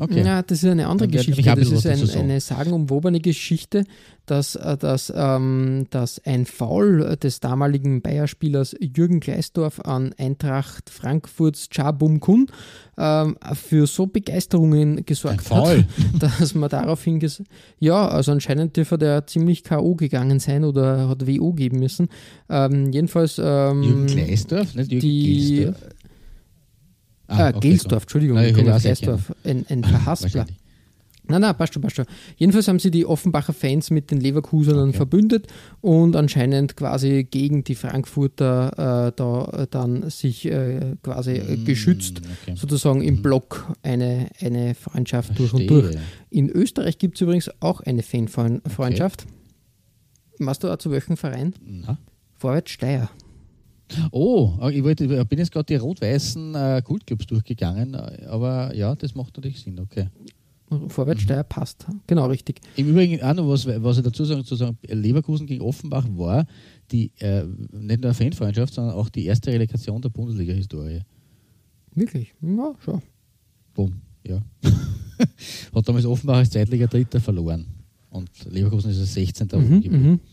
Okay. Ja, das ist eine andere Dann werde ich Geschichte. ein Das bisschen ist was dazu sagen. eine sagenumwobene Geschichte, dass ein Foul des damaligen Bayer-Spielers Jürgen Gleisdorf an Eintracht Frankfurts Cha-Bum Kun für so Begeisterungen gesorgt hat, dass man daraufhin also anscheinend dürfte der ziemlich K.O. gegangen sein oder hat W.O. geben müssen. Jedenfalls Jürgen Gleisdorf, nicht Jürgen Gelsdorf? Gelsdorf, Entschuldigung, Nein, Gleisdorf, ein Verhaspler. Nein, passt schon. Jedenfalls haben sie die Offenbacher Fans mit den Leverkusenern verbündet und anscheinend quasi gegen die Frankfurter da dann sich quasi geschützt, sozusagen im Block eine Freundschaft durch und durch. In Österreich gibt es übrigens auch eine Fanfreundschaft. Weißt du auch zu welchem Verein? Na? Vorwärts Steyr. Oh, ich bin jetzt gerade die rot-weißen Kultclubs durchgegangen, aber ja, das macht natürlich Sinn, okay. Vorwärts Steyr passt, genau, richtig. Im Übrigen auch noch was ich dazu sagen, Leverkusen gegen Offenbach war die nicht nur eine Fanfreundschaft, sondern auch die erste Relegation der Bundesliga-Historie. Wirklich? Ja, schon. Bumm, ja. Hat damals Offenbach als Zweitliga Dritter verloren und Leverkusen ist als 16. geblieben.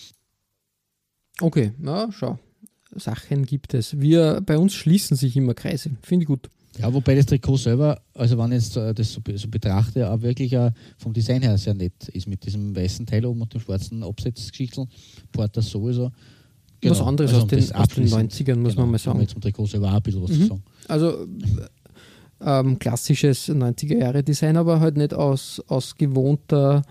Okay, na schau. Sachen gibt es. Bei uns schließen sich immer Kreise. Finde ich gut. Ja, wobei das Trikot selber, also wenn ich das so betrachte, auch wirklich vom Design her sehr nett ist, mit diesem weißen Teil oben und dem schwarzen Absetzgeschichteln. Porter sowieso. Genau. Was anderes aus den 90ern, muss man mal sagen. Jetzt zum Trikot selber auch ein bisschen was zu sagen. Also klassisches 90er-Jahre-Design, aber halt nicht aus gewohnter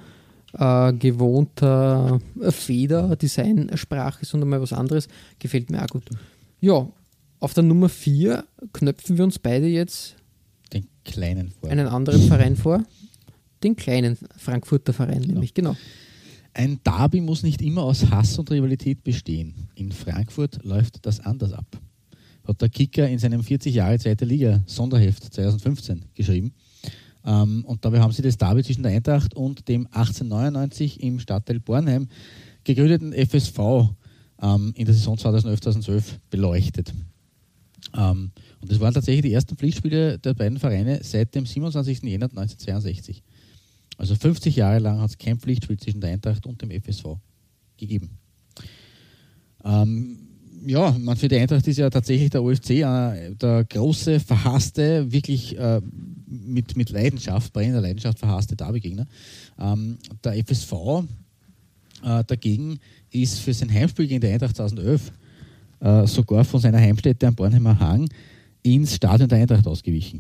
Feder-Designsprache, sondern mal was anderes. Gefällt mir auch gut. Ja, auf der Nummer 4 knöpfen wir uns beide jetzt den kleinen vor. Einen anderen Verein vor. Den kleinen Frankfurter Verein, nämlich, genau. Ein Derby muss nicht immer aus Hass und Rivalität bestehen. In Frankfurt läuft das anders ab. Hat der Kicker in seinem 40 Jahre zweite Liga Sonderheft 2015 geschrieben. Und dabei haben sie das Derby zwischen der Eintracht und dem 1899 im Stadtteil Bornheim gegründeten FSV in der Saison 2011-2012 beleuchtet. Und das waren tatsächlich die ersten Pflichtspiele der beiden Vereine seit dem 27. Jänner 1962. Also 50 Jahre lang hat es kein Pflichtspiel zwischen der Eintracht und dem FSV gegeben. Für die Eintracht ist ja tatsächlich der OFC der große, verhasste, wirklich mit Leidenschaft, brennender Leidenschaft verhasste Derbygegner. Der FSV dagegen ist für sein Heimspiel gegen die Eintracht 2011 sogar von seiner Heimstätte am Bornheimer Hang ins Stadion der Eintracht ausgewichen.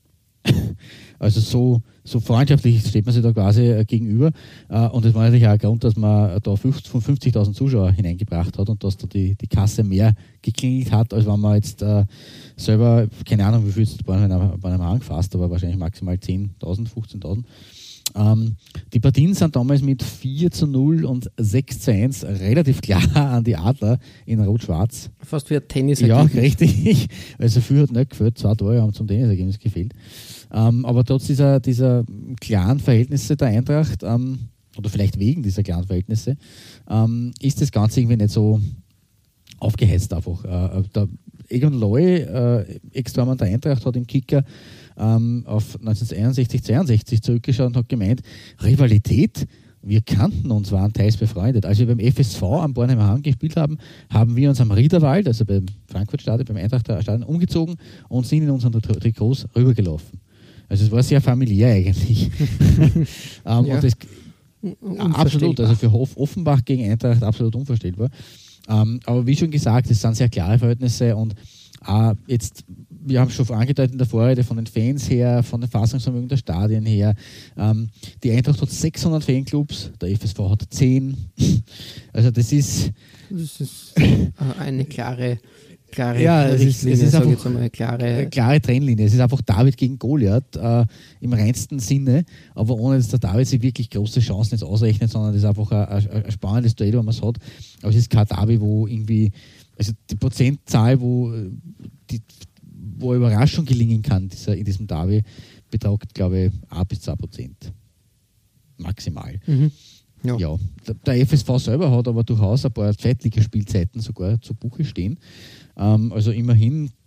Also so freundschaftlich steht man sich da quasi gegenüber. Und das war natürlich auch ein Grund, dass man da 50.000 Zuschauer hineingebracht hat und dass da die Kasse mehr geklingelt hat, als wenn man jetzt selber, keine Ahnung, wie viel es bei einem angefasst, aber wahrscheinlich maximal 10.000, 15.000. Die Partien sind damals mit 4:0 und 6:1 relativ klar an die Adler in Rot-Schwarz. Fast wie ein Tennis. Ja, richtig. Also viel hat nicht gefällt, 2 Tore haben zum Tennisergebnis gefehlt. Aber trotz dieser klaren Verhältnisse der Eintracht, oder vielleicht wegen dieser klaren Verhältnisse, ist das Ganze irgendwie nicht so aufgeheizt einfach. Der Egon Loy, Ex-Tormann der Eintracht, hat im Kicker auf 1961-62 zurückgeschaut und hat gemeint, Rivalität, wir kannten uns, waren teils befreundet. Als wir beim FSV am Bornheimer Hang gespielt haben, haben wir uns am Riederwald, also beim Frankfurt-Stadion, beim Eintracht-Stadion umgezogen und sind in unseren Trikots rübergelaufen. Also es war sehr familiär eigentlich. Und das, absolut, also für Offenbach gegen Eintracht absolut unvorstellbar. Aber wie schon gesagt, es sind sehr klare Verhältnisse und jetzt, wir haben schon angedeutet in der Vorrede, von den Fans her, von den Fassungsvermögen der Stadien her. Die Eintracht hat 600 Fanclubs, der FSV hat 10. Also das ist eine klare Richtlinie, es ist einfach eine klare Trennlinie. Es ist einfach David gegen Goliath im reinsten Sinne, aber ohne dass der David sich wirklich große Chancen jetzt ausrechnet, sondern es ist einfach ein spannendes Duell, wenn man es hat. Aber es ist kein Derby, wo irgendwie, also die Prozentzahl, wo Überraschung gelingen kann in diesem Derby, betragt, glaube ich, 1-2% maximal. Mhm. Ja, der FSV selber hat aber durchaus ein paar Zweitligaspielzeiten sogar zu Buche stehen. Also immerhin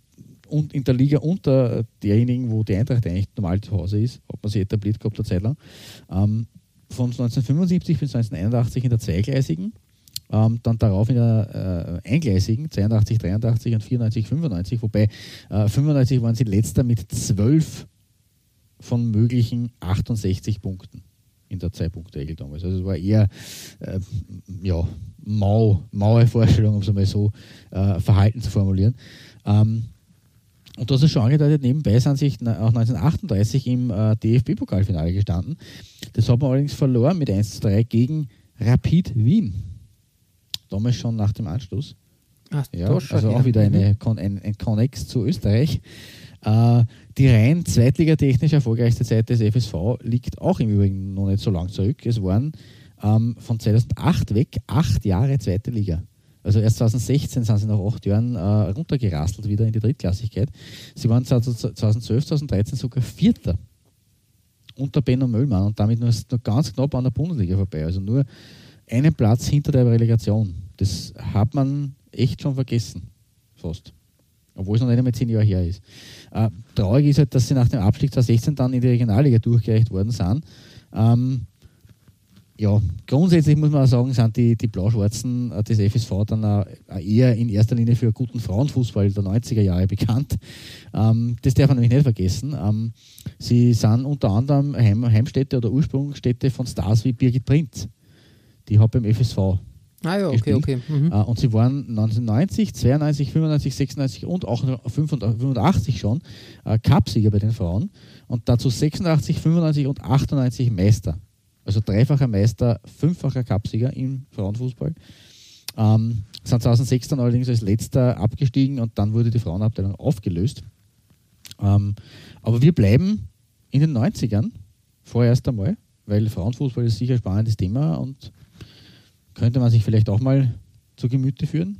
und in der Liga unter derjenigen, wo die Eintracht eigentlich normal zu Hause ist, hat man sich etabliert gehabt eine Zeit lang. Von 1975 bis 1981 in der zweigleisigen, dann darauf in der eingleisigen, 82, 83 und 94, 95, wobei 95 waren sie letzter mit 12 von möglichen 68 Punkten in der 2-Punkt-Regel damals. Also es war eher maue Vorstellung, um es einmal so verhalten zu formulieren. Und das ist schon angedeutet, nebenbei sind sich auch 1938 im DFB-Pokalfinale gestanden. Das hat man allerdings verloren mit 1:3 gegen Rapid Wien. Damals schon nach dem Anschluss. Also auch wieder ein Connex zu Österreich. Die rein zweitligatechnisch erfolgreichste Zeit des FSV liegt auch im Übrigen noch nicht so lang zurück. Es waren von 2008 weg 8 Jahre zweite Liga. Also erst 2016 sind sie nach 8 Jahren runtergerasselt wieder in die Drittklassigkeit. Sie waren 2012, 2013 sogar Vierter unter Benno Möllmann und damit nur ganz knapp an der Bundesliga vorbei. Also nur einen Platz hinter der Relegation. Das hat man echt schon vergessen. Fast. Obwohl es noch nicht einmal 10 Jahre her ist. Traurig ist halt, dass sie nach dem Abstieg 2016 dann in die Regionalliga durchgereicht worden sind. Grundsätzlich muss man auch sagen, sind die Blau-Schwarzen des FSV dann eher in erster Linie für guten Frauenfußball der 90er Jahre bekannt. Das darf man nämlich nicht vergessen. Sie sind unter anderem Heimstätte oder Ursprungsstätte von Stars wie Birgit Prinz. Die hat beim FSV gespielt. Okay. Mhm. Und sie waren 1990, 92, 95, 96 und auch 85 schon Cupsieger bei den Frauen und dazu 86, 95 und 98 Meister. Also 3-facher Meister, 5-facher Cupsieger im Frauenfußball. Sind 2006 dann allerdings als letzter abgestiegen und dann wurde die Frauenabteilung aufgelöst. Aber wir bleiben in den 90ern vorerst einmal, weil Frauenfußball ist sicher ein spannendes Thema und könnte man sich vielleicht auch mal zu Gemüte führen.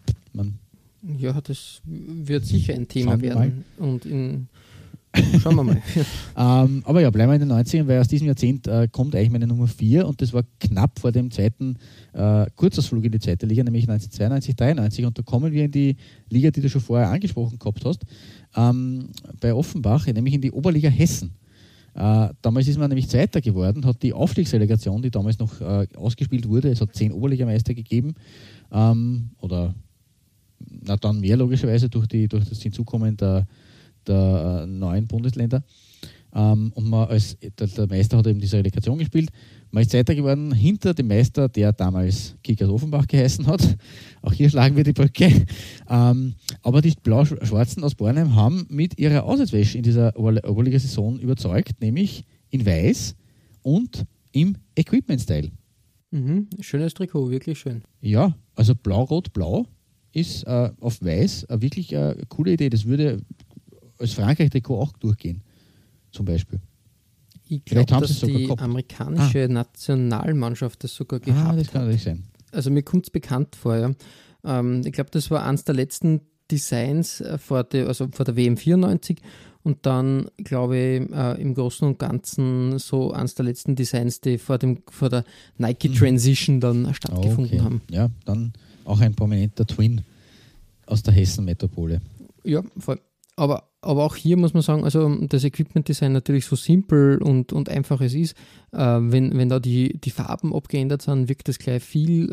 Das wird sicher ein Thema werden. Und schauen wir mal. Aber ja, bleiben wir in den 90ern, weil aus diesem Jahrzehnt kommt eigentlich meine Nummer 4 und das war knapp vor dem zweiten Kurzausflug in die zweite Liga, nämlich 1992, 93 und da kommen wir in die Liga, die du schon vorher angesprochen gehabt hast, bei Offenbach, nämlich in die Oberliga Hessen. Damals ist man nämlich Zweiter geworden, hat die Aufstiegsrelegation, die damals noch ausgespielt wurde, es hat 10 Oberligameister gegeben, oder dann mehr logischerweise durch das Hinzukommen der neuen Bundesländer. Und der Meister hat eben diese Relegation gespielt. Man ist Zweiter geworden hinter dem Meister, der damals Kickers Offenbach geheißen hat. Auch hier schlagen wir die Brücke. Aber die Blau-Schwarzen aus Bornheim haben mit ihrer Auswärtswäsche in dieser Oberliga-Saison überzeugt, nämlich in Weiß und im Equipment-Style. Schönes Trikot, wirklich schön. Ja, also Blau-Rot-Blau ist auf Weiß wirklich eine coole Idee. Das würde als Frankreich-Trikot auch durchgehen, zum Beispiel. Ich glaube, dass die amerikanische Nationalmannschaft das sogar gehabt hat. Das kann natürlich sein. Also mir kommt es bekannt vor, ja. Ich glaube, das war eines der letzten Designs vor der WM 94 und dann, glaube ich, im Großen und Ganzen so eines der letzten Designs, die vor der Nike Transition dann stattgefunden haben. Ja, dann auch ein prominenter Twin aus der Hessen-Metropole. Ja, voll. Aber auch hier muss man sagen, also das Equipment-Design natürlich so simpel und einfach es ist, wenn da die Farben abgeändert sind, wirkt das gleich viel,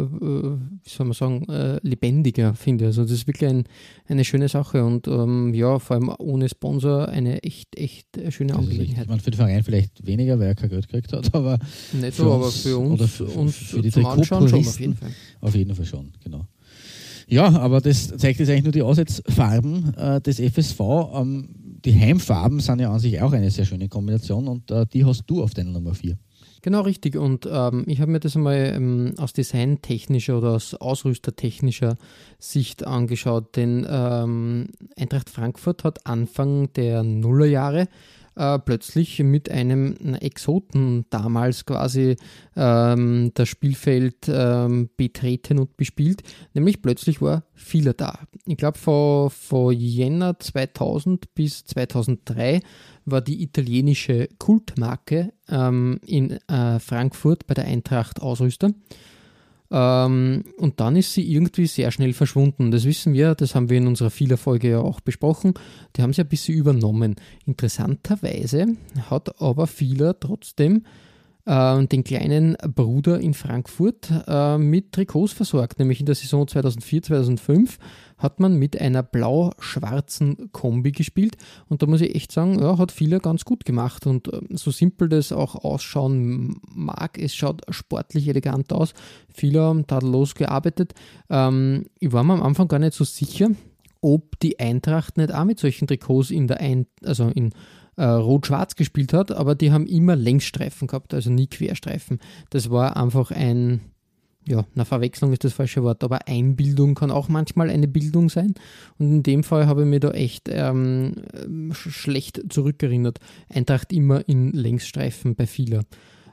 lebendiger, finde ich. Also das ist wirklich eine schöne Sache und vor allem ohne Sponsor eine echt schöne Angelegenheit. Man für den Verein vielleicht weniger, weil er kein Geld gekriegt hat, aber nicht so, aber für uns oder für die zum Anschauen schon auf jeden Fall. Auf jeden Fall schon, genau. Ja, aber das zeigt jetzt eigentlich nur die Auswärtsfarben des FSV. Die Heimfarben sind ja an sich auch eine sehr schöne Kombination und die hast du auf deiner Nummer 4. Genau, richtig. Und ich habe mir das einmal aus designtechnischer oder aus ausrüstertechnischer Sicht angeschaut, denn Eintracht Frankfurt hat Anfang der Nullerjahre plötzlich mit einem Exoten damals quasi das Spielfeld betreten und bespielt. Nämlich plötzlich war Fila da. Ich glaube, von Jänner 2000 bis 2003 war die italienische Kultmarke in Frankfurt bei der Eintracht Ausrüster. Und dann ist sie irgendwie sehr schnell verschwunden. Das wissen wir, das haben wir in unserer Fehler-Folge ja auch besprochen. Die haben sie ein bisschen übernommen. Interessanterweise hat aber Fehler trotzdem den kleinen Bruder in Frankfurt mit Trikots versorgt. Nämlich in der Saison 2004-2005 hat man mit einer blau-schwarzen Kombi gespielt. Und da muss ich echt sagen, ja, hat Fehler ganz gut gemacht. Und so simpel das auch ausschauen mag, es schaut sportlich elegant aus. Fehler haben tadellos gearbeitet. Ich war mir am Anfang gar nicht so sicher, ob die Eintracht nicht auch mit solchen Trikots in Rot-Schwarz gespielt hat, aber die haben immer Längsstreifen gehabt, also nie Querstreifen. Das war einfach eine Verwechslung ist das falsche Wort, aber Einbildung kann auch manchmal eine Bildung sein. Und in dem Fall habe ich mich da echt schlecht zurückerinnert. Eintracht immer in Längsstreifen bei Fehler.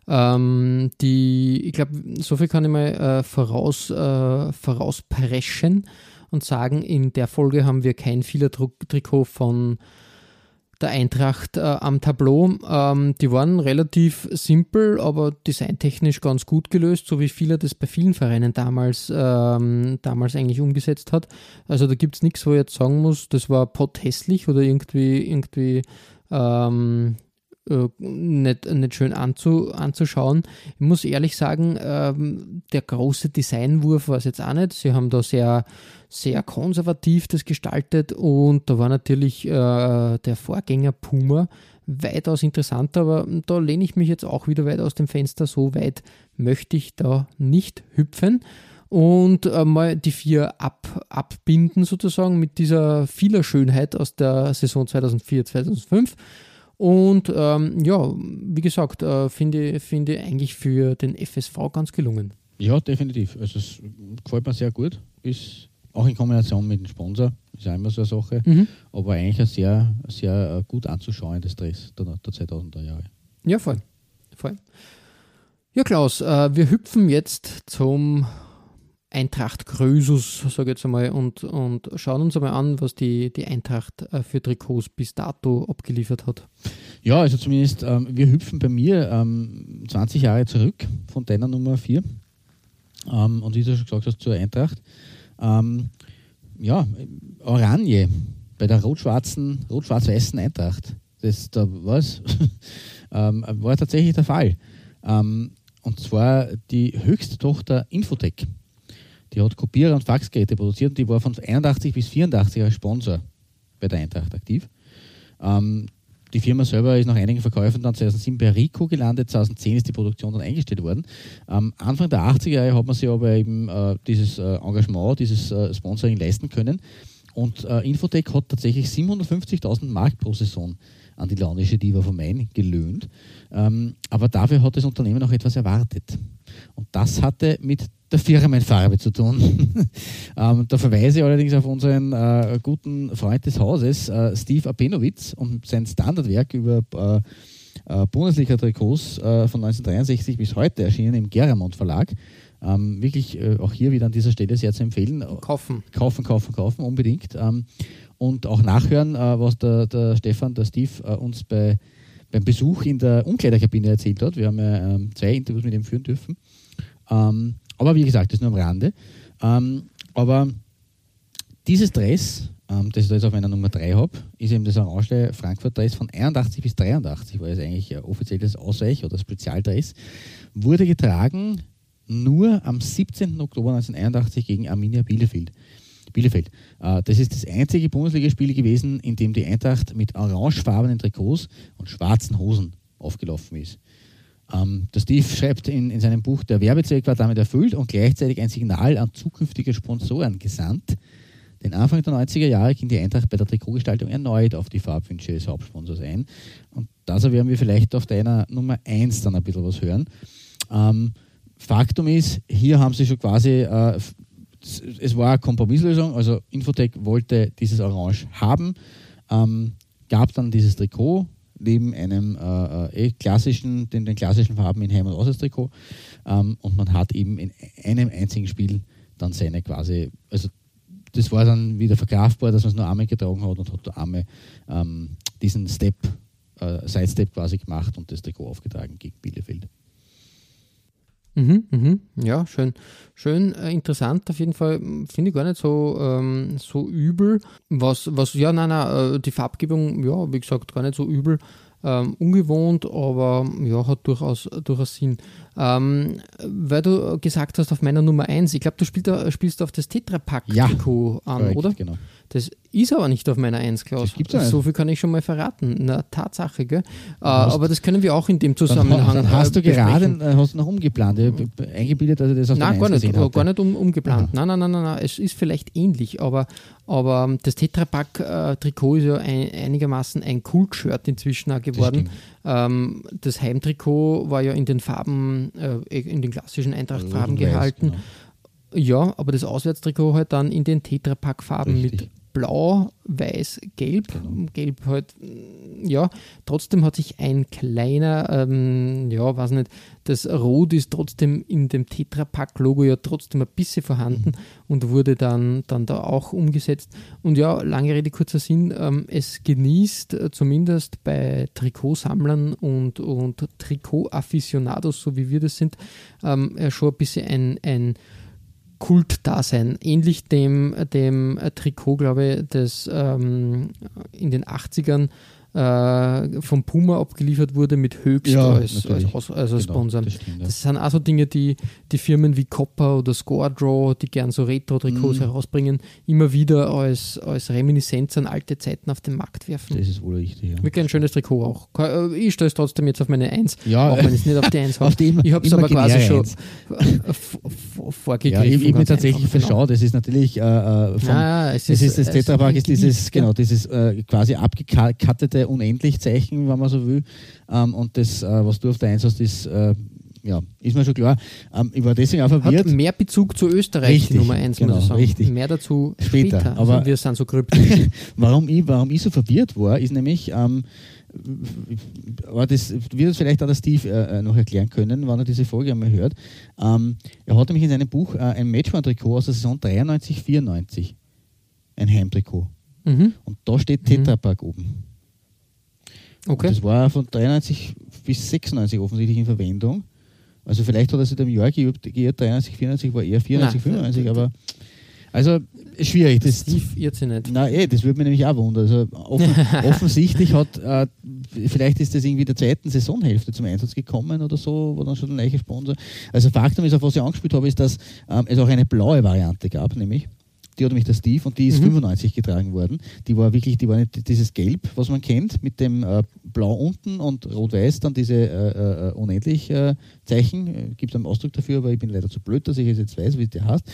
Ich glaube, so viel kann ich mal vorauspreschen und sagen, in der Folge haben wir kein Fehler-Trikot von der Eintracht am Tableau. Die waren relativ simpel, aber designtechnisch ganz gut gelöst, so wie Fehler das bei vielen Vereinen damals eigentlich umgesetzt hat. Also da gibt es nichts, wo ich jetzt sagen muss, das war potthässlich oder irgendwie nicht schön anzuschauen. Ich muss ehrlich sagen, der große Designwurf war es jetzt auch nicht. Sie haben da sehr, sehr konservativ das gestaltet und da war natürlich der Vorgänger Puma weitaus interessanter, aber da lehne ich mich jetzt auch wieder weit aus dem Fenster. So weit möchte ich da nicht hüpfen. Und mal die 4 abbinden sozusagen mit dieser vieler Schönheit aus der Saison 2004-2005. Und wie gesagt, finde ich eigentlich für den FSV ganz gelungen. Ja, definitiv. Also es gefällt mir sehr gut. Ist auch in Kombination mit dem Sponsor, ist auch immer so eine Sache. Aber eigentlich ein sehr, sehr gut anzuschauendes Dress der 2000er Jahre. Ja, voll. Ja, Klaus, wir hüpfen jetzt zum Eintracht Krösus, sage ich jetzt einmal, und schauen uns einmal an, was die Eintracht für Trikots bis dato abgeliefert hat. Ja, also zumindest, wir hüpfen bei mir 20 Jahre zurück von deiner Nummer 4 und wie du schon gesagt hast, zur Eintracht. Oranje bei der rot-schwarz-weißen Eintracht. War tatsächlich der Fall. Und zwar die höchste Tochter Infotech. Die hat Kopierer und Faxgeräte produziert und die war von 81 bis 84 als Sponsor bei der Eintracht aktiv. Die Firma selber ist nach einigen Verkäufen dann 2007 bei Rico gelandet, 2010 ist die Produktion dann eingestellt worden. Anfang der 80er Jahre hat man sich aber eben dieses Engagement, dieses Sponsoring leisten können und Infotech hat tatsächlich 750.000 Mark pro Saison an die launische Diva vom Main gelöhnt. Aber dafür hat das Unternehmen auch etwas erwartet. Und das hatte mit der Firmenfarbe zu tun. Da verweise ich allerdings auf unseren guten Freund des Hauses, Steve Abenowitz, und sein Standardwerk über Bundesliga-Trikots von 1963 bis heute erschienen im Geramond Verlag. Wirklich auch hier wieder an dieser Stelle sehr zu empfehlen. Kaufen, unbedingt. Und auch nachhören, was der Stefan, der Steve uns beim Besuch in der Umkleiderkabine erzählt hat. Wir haben ja 2 Interviews mit ihm führen dürfen. Aber wie gesagt, das nur am Rande. Aber dieses Dress, das ich da jetzt auf meiner Nummer 3 habe, ist eben das orange Frankfurt-Dress von 81 bis 83, war es eigentlich ein offizielles Ausweich- oder Spezialdress, wurde getragen nur am 17. Oktober 1981 gegen Arminia Bielefeld. Das ist das einzige Bundesligaspiel gewesen, in dem die Eintracht mit orangefarbenen Trikots und schwarzen Hosen aufgelaufen ist. Der Steve schreibt in seinem Buch, der Werbezweck war damit erfüllt und gleichzeitig ein Signal an zukünftige Sponsoren gesandt. Denn Anfang der 90er Jahre ging die Eintracht bei der Trikotgestaltung erneut auf die Farbwünsche des Hauptsponsors ein. Und dazu werden wir vielleicht auf deiner Nummer 1 dann ein bisschen was hören. Faktum ist, hier haben sie schon quasi, es war eine Kompromisslösung, also Infotech wollte dieses Orange haben, gab dann dieses Trikot, neben einem klassischen, den klassischen Farben in Heim- und Auswärtstrikot. Und man hat eben in einem einzigen Spiel dann seine quasi, also das war dann wieder verkraftbar, dass man es nur einmal getragen hat und hat einmal diesen Sidestep quasi gemacht und das Trikot aufgetragen gegen Bielefeld. Ja, schön interessant auf jeden Fall. Finde ich gar nicht so übel. Die Farbgebung, ja, wie gesagt, gar nicht so übel. Ungewohnt, aber ja, hat durchaus Sinn. Weil du gesagt hast, auf meiner Nummer 1, ich glaube, du spielst auf das Tetra-Pak-Trikot an, korrekt, oder? Genau. Das ist aber nicht auf meiner 1, Klaus. Das gibt's ja nicht. So viel kann ich schon mal verraten. Na, Tatsache, gell? Aber das können wir auch in dem Zusammenhang Dann hast du besprechen. gerade noch umgeplant. Eingebildet, dass ich das auf der 1 gesehen hatte. Gar nicht umgeplant. Nein. Es ist vielleicht ähnlich, aber das Tetra-Pak-Trikot ist ja einigermaßen ein Kult-Shirt inzwischen auch geworden. Das Heimtrikot war ja in den Farben, in den klassischen Eintracht-Farben gehalten. Genau. Ja, aber das Auswärtstrikot halt dann in den Tetra-Pak-Farben mit Blau, Weiß, Gelb. Genau. Gelb halt, ja. Trotzdem hat sich ein kleiner, weiß nicht, das Rot ist trotzdem in dem Tetra-Pak-Logo ja trotzdem ein bisschen vorhanden und wurde dann da auch umgesetzt. Und ja, lange Rede, kurzer Sinn, es genießt zumindest bei Trikotsammlern und Trikot-Afficionados, so wie wir das sind, schon ein bisschen ein Kultdasein, ähnlich dem Trikot, glaube ich, das in den 80ern vom Puma abgeliefert wurde mit Höchst als Sponsor. Das sind auch so Dinge, die Firmen wie Copper oder Scoredraw, die gern so Retro-Trikots herausbringen, immer wieder als Reminiszenz an alte Zeiten auf den Markt werfen. Das ist wohl richtig, ja. Wirklich ein schönes Trikot auch. Ich stelle es trotzdem jetzt auf meine 1, ja, auch wenn ich es nicht auf die 1 habe. Ich habe es aber quasi schon vorgegriffen. Ja, ich habe mir tatsächlich verschaut. Es ist natürlich das Tetra-Pak ist dieses quasi abgekattete Unendlich-Zeichen, wenn man so will. Und das, was du auf der 1 hast, ist mir schon klar. Ich war deswegen auch verwirrt. Hat mehr Bezug zu Österreich, richtig, die Nummer 1, muss ich sagen. Richtig. Mehr dazu später. Aber also wir sind so kryptisch. warum ich so verwirrt war, ist nämlich, aber das wird uns vielleicht auch der Steve noch erklären können, wenn er diese Folge einmal hört. Er hat nämlich in seinem Buch ein Matchman-Trikot aus der Saison 93/94. Ein Heimtrikot. Und da steht Tetra-Pak oben. Okay. Und das war von 93 bis 96 offensichtlich in Verwendung. Also vielleicht hat er sich dem Jahr geirrt, 93, 94 war eher 94, 95, aber also schwierig. Das irrt sich nicht. Nein, das würde mich nämlich auch wundern. Also offensichtlich vielleicht ist das irgendwie der zweiten Saisonhälfte zum Einsatz gekommen oder so, war dann schon der gleiche Sponsor. Also Faktum ist, auf was ich angespielt habe, ist, dass es auch eine blaue Variante gab, nämlich die hat nämlich der Steve und die ist 95 getragen worden. Die war nicht dieses Gelb, was man kennt, mit dem Blau unten und Rot-Weiß, dann diese unendlich Zeichen. Gibt es einen Ausdruck dafür, aber ich bin leider zu blöd, dass ich es jetzt weiß, wie der heißt.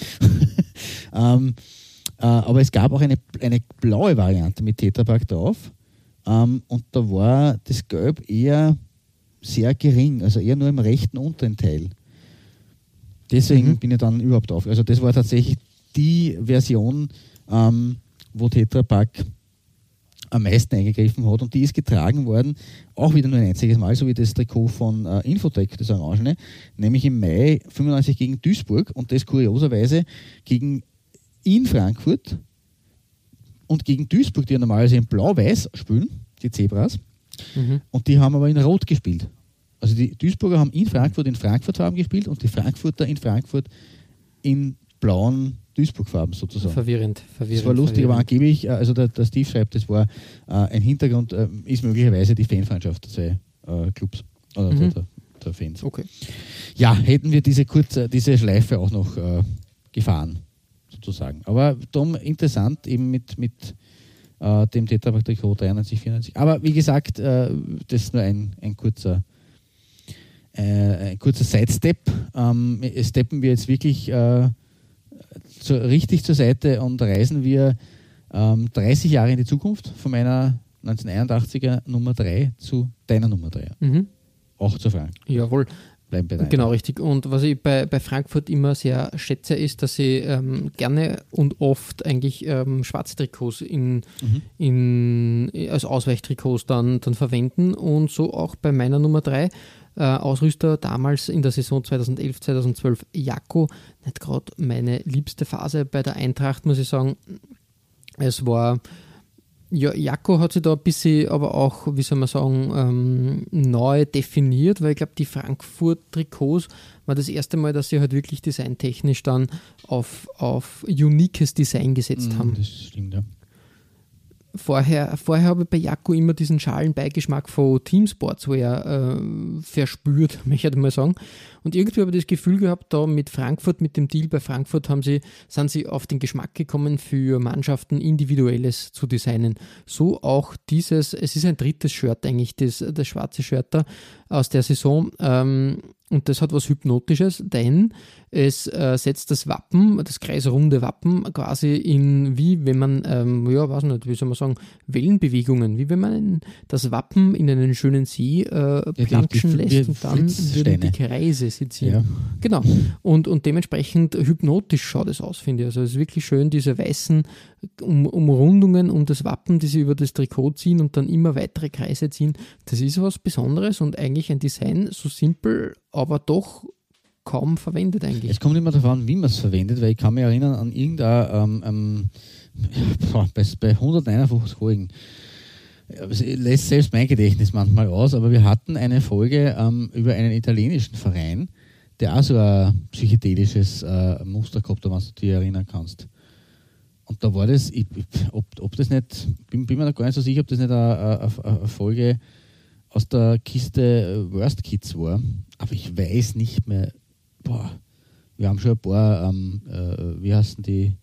Aber es gab auch eine blaue Variante mit Tetra-Pak drauf. Und da war das Gelb eher sehr gering, also eher nur im rechten unteren Teil. Deswegen bin ich dann überhaupt auf. Also das war tatsächlich die Version, wo Tetra-Pak am meisten eingegriffen hat, und die ist getragen worden, auch wieder nur ein einziges Mal, so wie das Trikot von Infotech, das Orangene, nämlich im Mai 95 gegen Duisburg, und das kurioserweise in Frankfurt und gegen Duisburg, die ja normalerweise in Blau-Weiß spielen, die Zebras, und die haben aber in Rot gespielt. Also die Duisburger haben in Frankfurt-Farben gespielt und die Frankfurter in Frankfurt in blauen Duisburg-Farben sozusagen. Verwirrend. Das war lustig, aber angeblich, also der Steve schreibt, das war ein Hintergrund, ist möglicherweise die Fanfreundschaft der zwei Clubs oder der Fans. Okay. Ja, hätten wir diese Schleife auch noch gefahren, sozusagen. Aber darum interessant, eben mit dem Tetra-Pak-Trikot 93, 94. Aber wie gesagt, das ist nur ein kurzer Sidestep. Steppen wir jetzt wirklich richtig zur Seite und reisen wir 30 Jahre in die Zukunft von meiner 1981er Nummer 3 zu deiner Nummer 3. Auch zu Frank. Jawohl. Bleiben bei genau, richtig. Und was ich bei Frankfurt immer sehr schätze, ist, dass sie gerne und oft eigentlich schwarze Trikots als Ausweichtrikots dann verwenden, und so auch bei meiner Nummer 3. Ausrüster damals in der Saison 2011, 2012 Jakko, nicht gerade meine liebste Phase bei der Eintracht, muss ich sagen. Es war Ja, Jaco hat sich da ein bisschen aber auch, wie soll man sagen, neu definiert, weil ich glaube, die Frankfurt-Trikots war das erste Mal, dass sie halt wirklich designtechnisch dann auf uniques Design gesetzt haben. Das stimmt, ja. Vorher habe ich bei Jaco immer diesen schalen Beigeschmack von Team Sportswear verspürt, möchte ich mal sagen. Und irgendwie habe ich das Gefühl gehabt, da mit Frankfurt, mit dem Deal bei Frankfurt sind sie auf den Geschmack gekommen, für Mannschaften Individuelles zu designen. So auch es ist ein drittes Shirt eigentlich, das schwarze Shirt da aus der Saison. Und das hat was Hypnotisches, denn es setzt das Wappen, das kreisrunde Wappen quasi in, wie wenn man, wie soll man sagen, Wellenbewegungen, wie wenn man das Wappen in einen schönen See planschen lässt und dann würden die Kreise sitzen. Ja. Genau. Und dementsprechend hypnotisch schaut es aus, finde ich. Also es ist wirklich schön, diese weißen Umrundungen um das Wappen, die sie über das Trikot ziehen und dann immer weitere Kreise ziehen. Das ist was Besonderes und eigentlich ein Design so simpel, aber doch kaum verwendet eigentlich. Es kommt immer darauf an, wie man es verwendet, weil ich kann mich erinnern an irgendein bei 151 Folgen. Es lässt selbst mein Gedächtnis manchmal aus, aber wir hatten eine Folge über einen italienischen Verein, der auch so ein psychedelisches Muster gehabt hat, wenn du dich erinnern kannst. Und da war das, ob das nicht, bin mir noch gar nicht so sicher, ob das nicht eine Folge aus der Kiste Worst Kids war, aber ich weiß nicht mehr. Wir haben schon ein paar, wie heißen die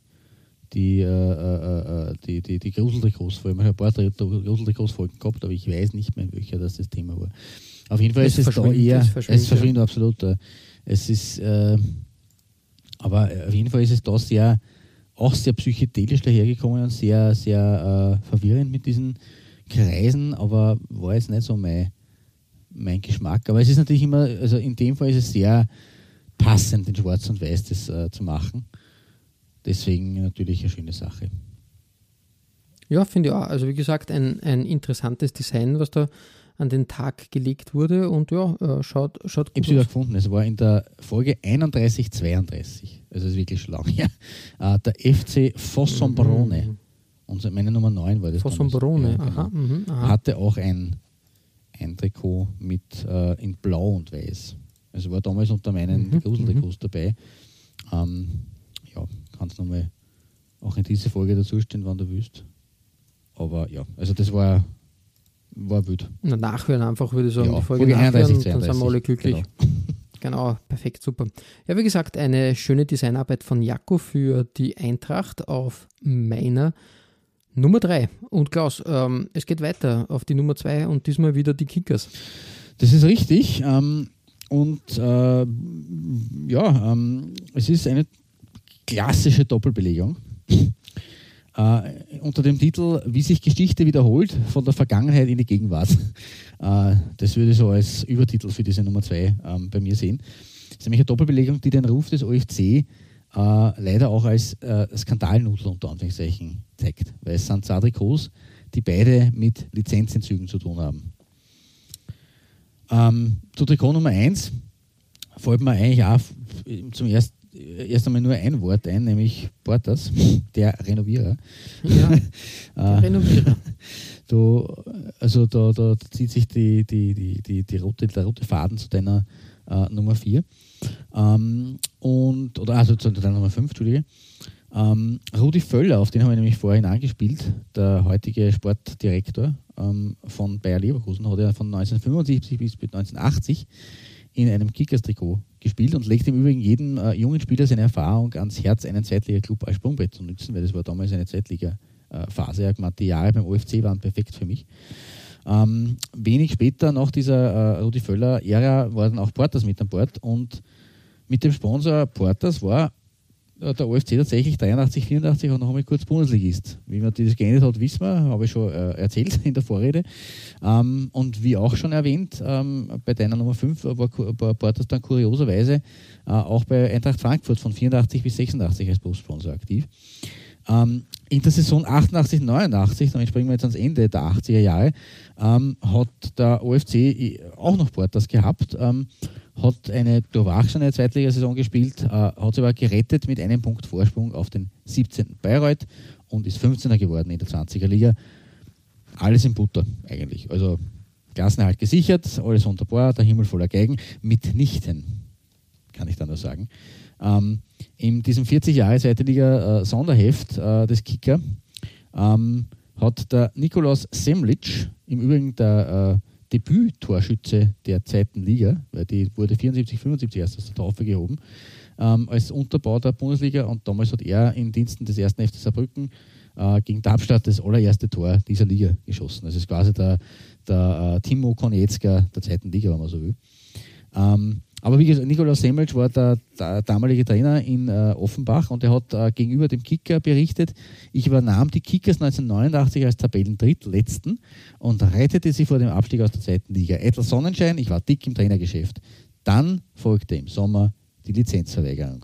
Gruseltrikots, vor allem ein paar Gruseltrikots-Folgen gehabt, aber ich weiß nicht mehr, in welcher das Thema war. Auf jeden Fall ist es da eher, es verschwindet absolut. Es ist, aber auf jeden Fall ist es da sehr psychedelisch dahergekommen und sehr, sehr verwirrend mit diesen Kreisen, aber war jetzt nicht so mein Geschmack. Aber es ist natürlich immer, also in dem Fall ist es sehr passend, in Schwarz und Weiß das zu machen. Deswegen natürlich eine schöne Sache. Ja, finde ich auch. Also wie gesagt, ein interessantes Design, was da an den Tag gelegt wurde und ja, schaut gut aus. Ich habe es wieder gefunden, es war in der Folge 31-32, also es ist wirklich schon lange her, der FC Fossombrone, und meine Nummer 9 war das. Fossombrone, ja, genau. Hatte auch ein Trikot mit in Blau und Weiß. Also war damals unter meinen Gruseltrikots dabei. Ja, kannst du nochmal auch in diese Folge dazustehen, wenn du willst. Aber ja, also das war wild. Na, nachhören einfach, würde ich sagen. Ja, die Folge nachhören, 31, dann sind wir alle glücklich. Genau, perfekt, super. Ja, wie gesagt, eine schöne Designarbeit von Jaco für die Eintracht auf meiner Nummer 3. Und Klaus, es geht weiter auf die Nummer 2 und diesmal wieder die Kickers. Das ist richtig. Es ist eine klassische Doppelbelegung. Unter dem Titel Wie sich Geschichte wiederholt, von der Vergangenheit in die Gegenwart. Das würde ich so als Übertitel für diese Nummer 2 bei mir sehen. Das ist nämlich eine Doppelbelegung, die den Ruf des OFC leider auch als Skandalnudel unter Anführungszeichen zeigt, weil es sind zwei Trikots, die beide mit Lizenzentzügen zu tun haben. Zu Trikot Nummer 1 fällt mir eigentlich auch erst einmal nur ein Wort ein, nämlich Portas, der Renovierer. Ja, der Renovierer. Da zieht sich der rote Faden zu deiner Nummer 4. Zu deiner Nummer 5, Entschuldige. Rudi Völler, auf den habe ich nämlich vorhin angespielt, der heutige Sportdirektor von Bayer Leverkusen, hat er von 1975 bis 1980 in einem Kickers-Trikot gespielt und legt im Übrigen jedem jungen Spieler seine Erfahrung ans Herz, einen Zweitliga-Club als Sprungbrett zu nutzen, weil das war damals eine Zweitliga-Phase. Er hat gemeint, die Jahre beim OFC waren perfekt für mich. Wenig später, nach dieser Rudi Völler-Ära, war dann auch Portas mit an Bord und mit dem Sponsor Portas war der OFC tatsächlich 83, 84 und noch einmal kurz Bundesligist. Wie man das geendet hat, wissen wir, habe ich schon erzählt in der Vorrede. Und wie auch schon erwähnt, bei deiner Nummer 5 war Portas dann kurioserweise auch bei Eintracht Frankfurt von 84 bis 86 als Brustsponsor aktiv. In der Saison 88, 89, damit springen wir jetzt ans Ende der 80er Jahre, hat der OFC auch noch Portas gehabt, hat eine durchwachsene Zweitligasaison gespielt, hat sich aber gerettet mit einem Punkt Vorsprung auf den 17. Bayreuth und ist 15er geworden in der 20er Liga. alles in Butter eigentlich. Also Klassenerhalt gesichert, alles wunderbar, der Himmel voller Geigen, mitnichten, kann ich dann nur sagen. In diesem 40 Jahre zweite Liga Sonderheft des Kicker hat der Nikolaus Semlic, im Übrigen der Debüt-Torschütze der zweiten Liga, weil die wurde 74, 75 erst aus der Taufe gehoben, als Unterbau der Bundesliga, und damals hat er in Diensten des 1. FC Saarbrücken gegen Darmstadt das allererste Tor dieser Liga geschossen. Das ist quasi der Timo Konietzka der zweiten Liga, wenn man so will. Aber wie gesagt, Nikolaus Semlic war der damalige Trainer in Offenbach, und er hat gegenüber dem Kicker berichtet: Ich übernahm die Kickers 1989 als Tabellendrittletzten und rettete sie vor dem Abstieg aus der zweiten Liga. Etwas Sonnenschein, ich war dick im Trainergeschäft. Dann folgte im Sommer die Lizenzverweigerung.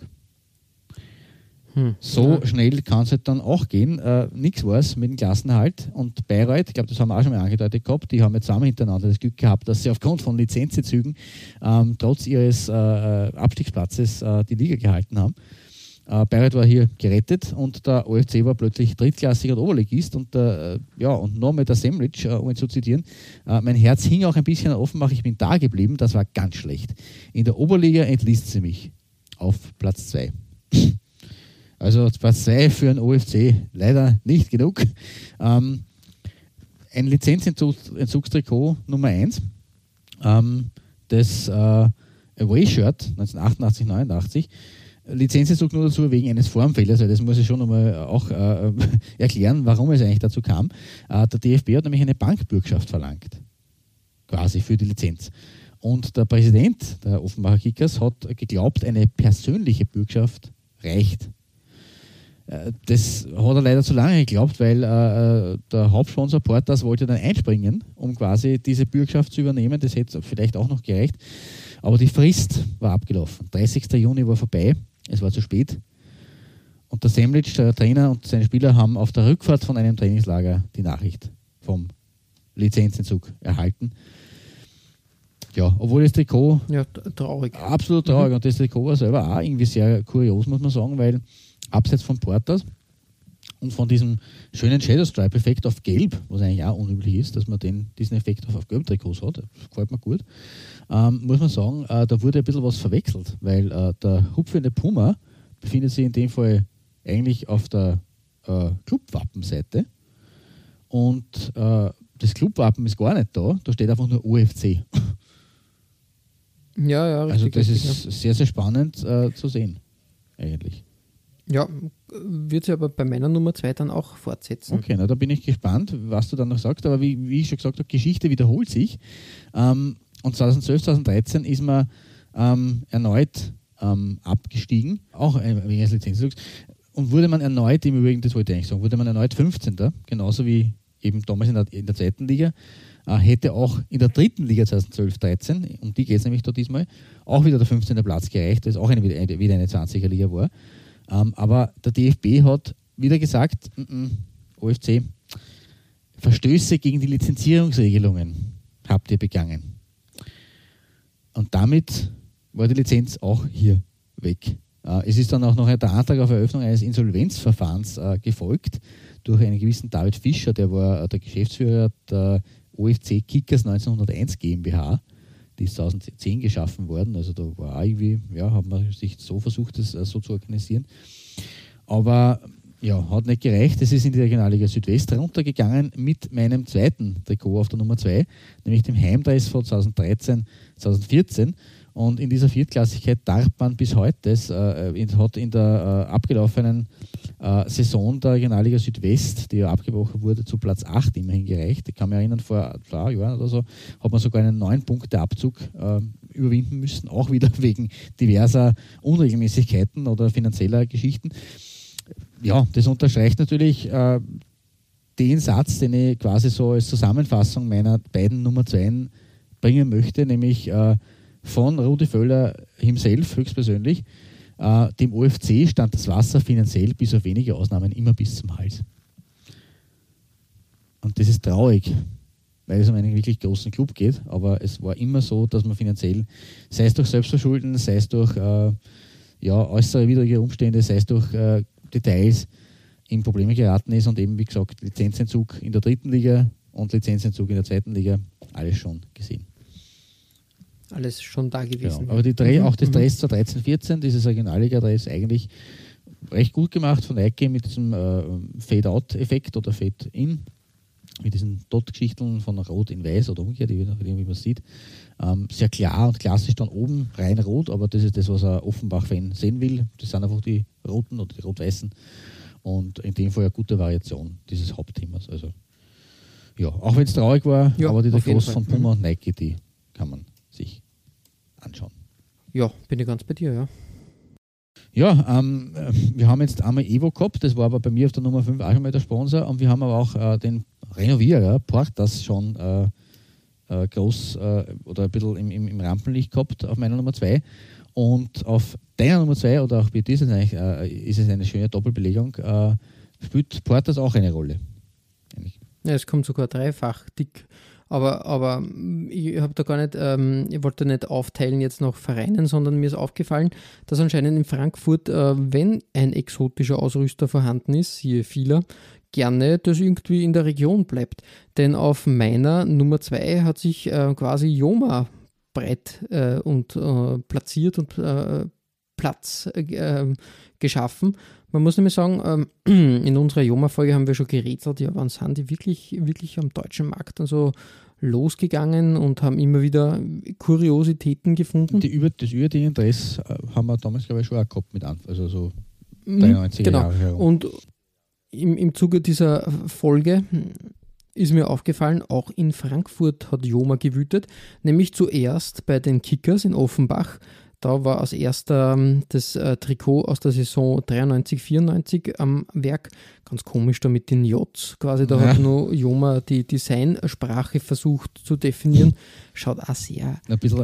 So schnell kann es halt dann auch gehen. Nichts war es mit dem Klassenerhalt. Und Bayreuth, ich glaube, das haben wir auch schon mal angedeutet gehabt, die haben jetzt zweimal hintereinander das Glück gehabt, dass sie aufgrund von Lizenzzügen trotz ihres Abstiegsplatzes die Liga gehalten haben. Bayreuth war hier gerettet und der OFC war plötzlich drittklassig und Oberligist. Und und nochmal der Semlic, um ihn zu zitieren: Mein Herz hing auch ein bisschen an Offenbach, ich bin da geblieben, das war ganz schlecht. In der Oberliga entließ sie mich auf Platz 2. Also Platz 2 für einen OFC leider nicht genug. Ein Lizenzentzugstrikot Nummer 1, das Away-Shirt 1988-89. Lizenzentzug nur dazu wegen eines Formfehlers, weil das muss ich schon einmal auch erklären, warum es eigentlich dazu kam. Der DFB hat nämlich eine Bankbürgschaft verlangt, quasi für die Lizenz. Und der Präsident der Offenbacher Kickers hat geglaubt, eine persönliche Bürgschaft reicht. Das hat er leider zu lange geglaubt, weil der Hauptsponsor Portas wollte dann einspringen, um quasi diese Bürgschaft zu übernehmen. Das hätte vielleicht auch noch gereicht. Aber die Frist war abgelaufen. 30. Juni war vorbei. Es war zu spät. Und der Semlic, der Trainer, und seine Spieler haben auf der Rückfahrt von einem Trainingslager die Nachricht vom Lizenzentzug erhalten. Ja, obwohl das Trikot... Ja, traurig. Absolut traurig. Und das Trikot war selber auch irgendwie sehr kurios, muss man sagen, weil abseits von Portas und von diesem schönen Shadow-Stripe-Effekt auf Gelb, was eigentlich auch unüblich ist, dass man diesen Effekt auf Gelb-Trikots hat, gefällt mir gut, muss man sagen, da wurde ein bisschen was verwechselt, weil der hupfende Puma befindet sich in dem Fall eigentlich auf der Clubwappenseite, und das Clubwappen ist gar nicht da steht einfach nur OFC. Ja, richtig. Also das ist sehr, sehr spannend zu sehen, eigentlich. Ja, wird sie aber bei meiner Nummer 2 dann auch fortsetzen. Okay, na, da bin ich gespannt, was du dann noch sagst. Aber wie ich schon gesagt habe, Geschichte wiederholt sich. Und 2012, 2013 ist man erneut abgestiegen, auch wegen des Lizenzzugs. Und wurde man erneut, im Übrigen, das wollte ich eigentlich sagen, wurde man erneut 15. Genauso wie eben damals in der zweiten Liga. Hätte auch in der dritten Liga 2012-13, um die geht es nämlich da diesmal, auch wieder der 15. Platz gereicht, weil es auch wieder eine 20er Liga war. Aber der DFB hat wieder gesagt, OFC, Verstöße gegen die Lizenzierungsregelungen habt ihr begangen. Und damit war die Lizenz auch hier weg. Es ist dann auch noch der Antrag auf Eröffnung eines Insolvenzverfahrens gefolgt durch einen gewissen David Fischer, der war der Geschäftsführer der OFC Kickers 1901 GmbH. Die ist 2010 geschaffen worden, also da war irgendwie, hat man sich so versucht, das so zu organisieren. Aber hat nicht gereicht. Es ist in die Regionalliga Südwest runtergegangen mit meinem zweiten Trikot auf der Nummer 2, nämlich dem Heimdress von 2013, 2014. Und in dieser Viertklassigkeit darf man bis heute, hat in der abgelaufenen Saison der Regionalliga Südwest, die ja abgebrochen wurde, zu Platz 8 immerhin gereicht. Ich kann mich erinnern, vor 2 Jahren oder so hat man sogar einen 9-Punkte-Abzug überwinden müssen, auch wieder wegen diverser Unregelmäßigkeiten oder finanzieller Geschichten. Ja, das unterstreicht natürlich den Satz, den ich quasi so als Zusammenfassung meiner beiden Nummer 2 bringen möchte, nämlich von Rudi Völler himself höchstpersönlich: Dem OFC stand das Wasser finanziell bis auf wenige Ausnahmen immer bis zum Hals. Und das ist traurig, weil es um einen wirklich großen Club geht, aber es war immer so, dass man finanziell, sei es durch Selbstverschulden, sei es durch äußere widrige Umstände, sei es durch Details, in Probleme geraten ist, und eben, wie gesagt, Lizenzentzug in der dritten Liga und Lizenzentzug in der 2. Liga, alles schon gesehen. Alles schon da gewesen. Genau. Aber auch das Dress zur 13-14, dieses Regionalliga-Dress, eigentlich recht gut gemacht von Eike mit diesem Fade-Out-Effekt oder Fade-In, mit diesen Dot-Geschichten von Rot in Weiß oder umgekehrt, wie man sieht. Sehr klar und klassisch dann oben rein rot, aber das ist das, was ein Offenbach-Fan sehen will. Das sind einfach die roten oder die rot-weißen und in dem Fall eine gute Variation dieses Hauptthemas. Also ja, auch wenn es traurig war, aber die Trikots von Puma und Nike, die kann man sich anschauen. Ja, bin ich ganz bei dir, ja. Ja, wir haben jetzt einmal Evo gehabt, das war aber bei mir auf der Nummer 5 auch schon mal der Sponsor, und wir haben aber auch den Renovierer Portas schon groß oder ein bisschen im Rampenlicht gehabt auf meiner Nummer 2. Und auf deiner Nummer 2 oder auch bei dir ist es eine schöne Doppelbelegung, spielt Portas auch eine Rolle. Eigentlich. Ja, es kommt sogar dreifach dick. Aber ich habe da gar nicht, ich wollte nicht aufteilen jetzt nach Vereinen, sondern mir ist aufgefallen, dass anscheinend in Frankfurt, wenn ein exotischer Ausrüster vorhanden ist, siehe vieler, gerne das irgendwie in der Region bleibt. Denn auf meiner Nummer 2 hat sich quasi Joma breit und platziert und Platz geschaffen. Man muss nämlich sagen, in unserer Joma-Folge haben wir schon gerätselt, ja, wann sind die wirklich am deutschen Markt dann so losgegangen und haben immer wieder Kuriositäten gefunden. Das Überding-Dress haben wir damals, glaube ich, schon auch gehabt mit also so 93er Jahre herum. Und im Zuge dieser Folge ist mir aufgefallen, auch in Frankfurt hat Joma gewütet, nämlich zuerst bei den Kickers in Offenbach. Da war als erster das Trikot aus der Saison 93-94 am Werk. Ganz komisch da mit den Js. Quasi da hat nur Joma die Designsprache versucht zu definieren. Schaut auch sehr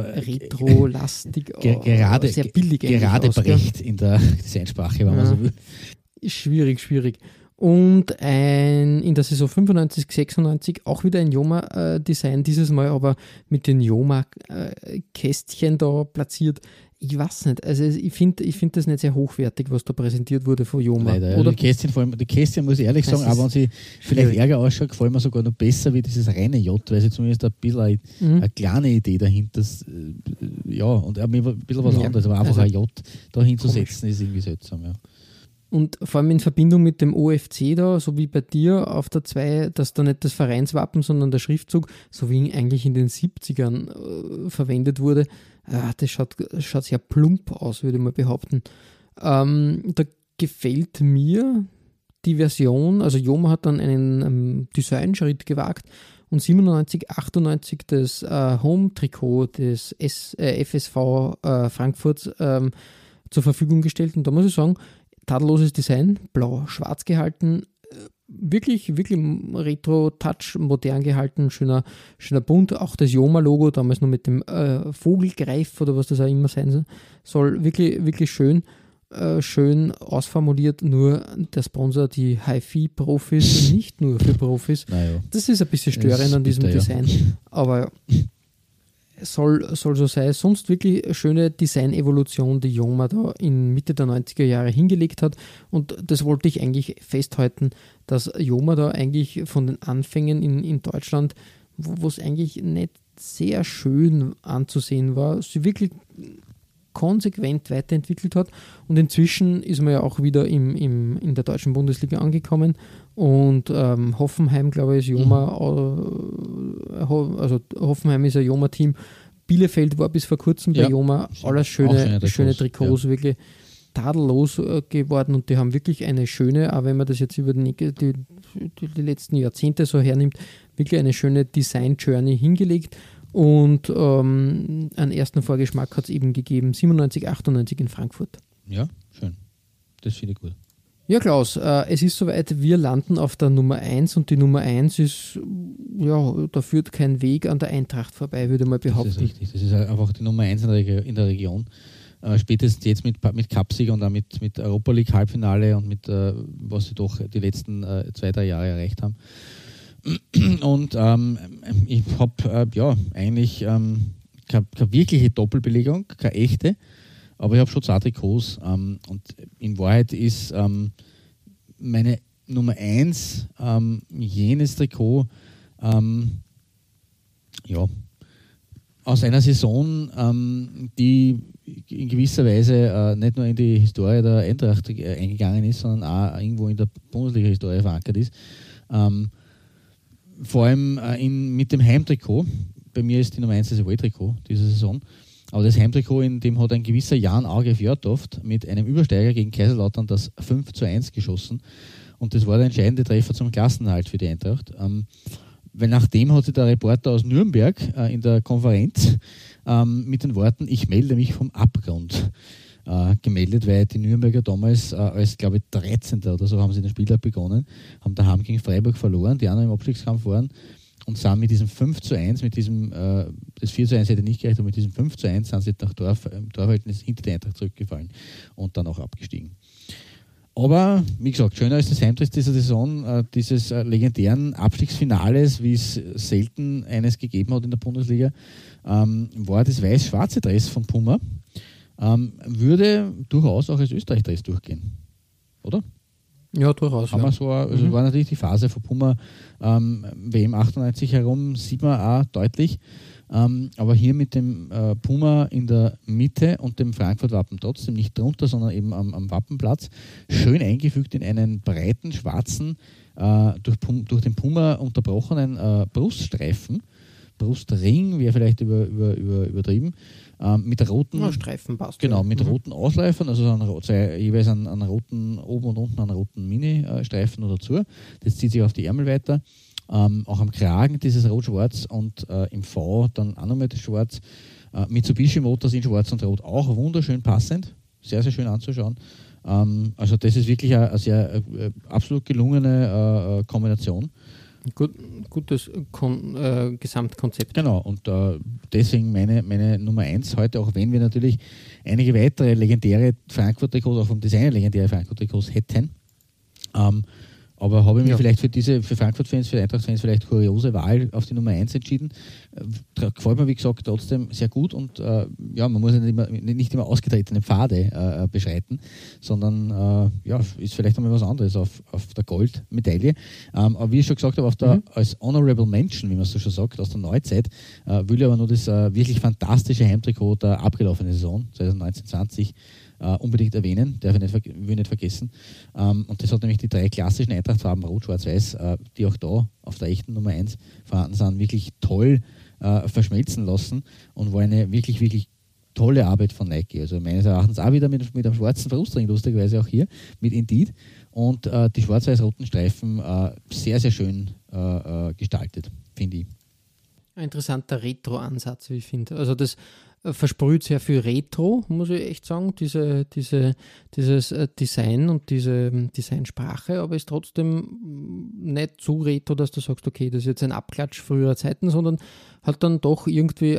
retro-lastig aus. Sehr billig gerade aus. brecht in der Designsprache, wenn man so will. Schwierig. Und in der Saison 95-96 auch wieder ein Joma-Design, dieses Mal aber mit den Joma-Kästchen da platziert. Ich weiß nicht, also ich finde das nicht sehr hochwertig, was da präsentiert wurde von Joma. Leider, oder? Die Kästchen, muss ich ehrlich sagen, aber wenn sie vielleicht ärger ausschaut, gefallen mir sogar noch besser wie dieses reine J, weil sie zumindest ein bisschen eine kleine Idee dahinter, ja, und ein bisschen was anderes, aber einfach ein J da hinzusetzen ist irgendwie seltsam, ja. Und vor allem in Verbindung mit dem OFC da, so wie bei dir auf der 2, dass da nicht das Vereinswappen, sondern der Schriftzug, so wie eigentlich in den 70ern verwendet wurde, das schaut sehr plump aus, würde ich mal behaupten. Da gefällt mir die Version, also Joma hat dann einen Designschritt gewagt und 97, 98 das Home-Trikot des FSV Frankfurt zur Verfügung gestellt. Und da muss ich sagen, tadelloses Design, blau-schwarz gehalten, wirklich Retro-Touch, modern gehalten, schöner Bunt, auch das Joma-Logo, damals noch mit dem Vogelgreif oder was das auch immer sein soll, wirklich schön ausformuliert, nur der Sponsor, die HiFi-Profis, nicht nur für Profis. Naja. Das ist ein bisschen störend an diesem Design, aber soll so sein. Sonst wirklich eine schöne Design-Evolution, die Joma da in Mitte der 90er Jahre hingelegt hat. Und das wollte ich eigentlich festhalten, dass Joma da eigentlich von den Anfängen in Deutschland, wo es eigentlich nicht sehr schön anzusehen war, sie wirklich konsequent weiterentwickelt hat. Und inzwischen ist man ja auch wieder in der deutschen Bundesliga angekommen. Und Hoffenheim, glaube ich, ist Joma, also Hoffenheim ist ein Joma-Team. Bielefeld war bis vor kurzem bei Joma. Alles schöne Trikots, wirklich tadellos geworden. Und die haben wirklich eine schöne, auch wenn man das jetzt über die letzten Jahrzehnte so hernimmt, wirklich eine schöne Design-Journey hingelegt. Und einen ersten Vorgeschmack hat es eben gegeben, 97, 98 in Frankfurt. Ja, schön. Das finde ich gut. Ja, Klaus, es ist soweit, wir landen auf der Nummer 1 und die Nummer 1 ist, ja, da führt kein Weg an der Eintracht vorbei, würde man behaupten. Das ist richtig, das ist einfach die Nummer 1 in der Region. Spätestens jetzt mit Cupsieger und auch mit Europa League Halbfinale und mit was sie doch die letzten 2-3 Jahre erreicht haben. Und ich habe eigentlich keine wirkliche Doppelbelegung, keine echte, aber ich habe schon 2 Trikots und in Wahrheit ist meine Nummer 1 jenes Trikot, Aus einer Saison, die in gewisser Weise nicht nur in die Historie der Eintracht eingegangen ist, sondern auch irgendwo in der Bundesliga-Historie verankert ist. Vor allem mit dem Heimtrikot. Bei mir ist die Nummer 1 das Away-Trikot diese Saison. Aber das Heimtrikot, in dem hat ein gewisser Jan Auge Fjordtoft mit einem Übersteiger gegen Kaiserslautern das 5:1 geschossen. Und das war der entscheidende Treffer zum Klassenerhalt für die Eintracht. Weil nachdem hat sich der Reporter aus Nürnberg in der Konferenz mit den Worten "Ich melde mich vom Abgrund" gemeldet, weil die Nürnberger damals als, glaube ich, 13. oder so haben sie den Spieltag begonnen, haben daheim gegen Freiburg verloren, die anderen im Abstiegskampf waren und sind mit diesem 5:1, mit diesem, das 4:1 hätte nicht gereicht, aber mit diesem 5:1 sind sie nach Torverhältnis hinter die Eintracht zurückgefallen und dann auch abgestiegen. Aber, wie gesagt, schöner als das Heimtritt dieser Saison, dieses legendären Abstiegsfinales, wie es selten eines gegeben hat in der Bundesliga, war das weiß-schwarze Dress von Puma. Würde durchaus auch als Österreich-Dress durchgehen, oder? Ja, durchaus. Haben wir so, also war natürlich die Phase von Puma WM 98 herum, sieht man auch deutlich. Aber hier mit dem Puma in der Mitte und dem Frankfurt-Wappen trotzdem nicht drunter, sondern eben am Wappenplatz, schön eingefügt in einen breiten, schwarzen, durch den Puma unterbrochenen Bruststreifen. Brustring wäre vielleicht übertrieben. Mit roten Streifen passt. Genau, mit roten Ausläufern, also jeweils einen roten, oben und unten einen roten Mini-Streifen noch dazu. Das zieht sich auf die Ärmel weiter. Auch am Kragen dieses Rot-Schwarz und im V dann auch nochmal das Schwarz. Mitsubishi Motors in Schwarz und Rot auch wunderschön passend, sehr, sehr schön anzuschauen. Also das ist wirklich eine sehr absolut gelungene Kombination. Gutes Gesamtkonzept. Genau, und deswegen meine Nummer 1 heute, auch wenn wir natürlich einige weitere legendäre Frankfurt-Trikots, auch vom Design legendäre Frankfurt-Trikots hätten. Aber habe ich mich vielleicht für Frankfurt-Fans, für Eintracht-Fans vielleicht kuriose Wahl auf die Nummer 1 entschieden. Gefällt mir, wie gesagt, trotzdem sehr gut und man muss nicht immer ausgetretene Pfade beschreiten, sondern ist vielleicht einmal was anderes auf der Goldmedaille. Aber wie ich schon gesagt habe, als Honorable Mention, wie man so schon sagt, aus der Neuzeit, will ich aber nur das wirklich fantastische Heimtrikot der abgelaufenen Saison, 2019/20, unbedingt erwähnen, will ich nicht vergessen. Und das hat nämlich die 3 klassischen Eintracht-Farben, Rot, Schwarz, Weiß, die auch da auf der echten Nummer 1 vorhanden sind, wirklich toll verschmelzen lassen und war eine wirklich, wirklich tolle Arbeit von Nike. Also meines Erachtens auch wieder mit einem schwarzen Brustring, lustigerweise auch hier, mit Indeed. Und die schwarz-weiß-roten Streifen sehr, sehr schön gestaltet, finde ich. Ein interessanter Retro-Ansatz, wie ich finde. Also das versprüht sehr viel Retro, muss ich echt sagen, dieses Design und diese Designsprache, aber ist trotzdem nicht so retro, dass du sagst, okay, das ist jetzt ein Abklatsch früherer Zeiten, sondern hat dann doch irgendwie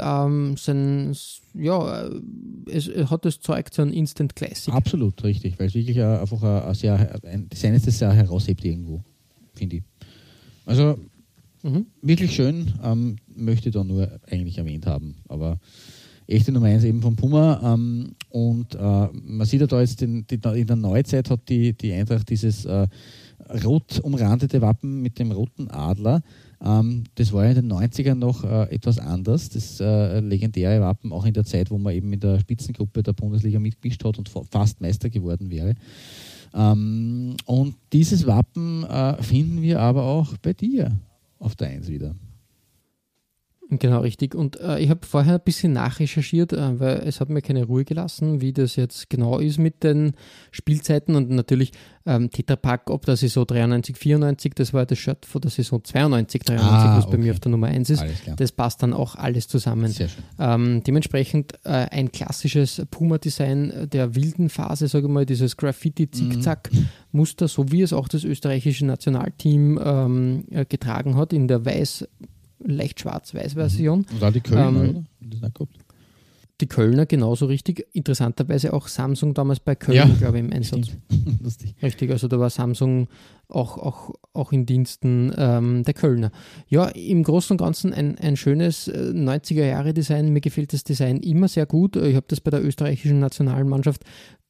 es hat das Zeug zu einem Instant Classic. Absolut, richtig, weil es wirklich einfach ein Design ist, das sehr heraushebt irgendwo, finde ich. Also wirklich schön, möchte ich da nur eigentlich erwähnt haben, aber echte Nummer 1 eben von Puma und man sieht ja da jetzt in der Neuzeit hat die Eintracht dieses rot umrandete Wappen mit dem roten Adler. Das war ja in den 90ern noch etwas anders, das legendäre Wappen, auch in der Zeit, wo man eben in der Spitzengruppe der Bundesliga mitgemischt hat und fast Meister geworden wäre. Und dieses Wappen finden wir aber auch bei dir auf der 1 wieder. Genau, richtig. Und ich habe vorher ein bisschen nachrecherchiert, weil es hat mir keine Ruhe gelassen, wie das jetzt genau ist mit den Spielzeiten. Und natürlich Tetra Pak ab der Saison 93/94, das war das Shirt von der Saison 92/93, was bei mir auf der Nummer 1 ist. Das passt dann auch alles zusammen. Sehr schön. Dementsprechend ein klassisches Puma-Design der wilden Phase, sage ich mal, dieses Graffiti-Zickzack-Muster, so wie es auch das österreichische Nationalteam getragen hat, in der leicht schwarz-weiß-Version. Und auch die Kölner, oder? Das nicht gehabt? Die Kölner genauso richtig. Interessanterweise auch Samsung damals bei Köln, glaube ich, im Einsatz. Lustig. Richtig, also da war Samsung auch in Diensten der Kölner. Ja, im Großen und Ganzen ein schönes 90er-Jahre-Design. Mir gefällt das Design immer sehr gut. Ich habe das bei der österreichischen Nationalmannschaft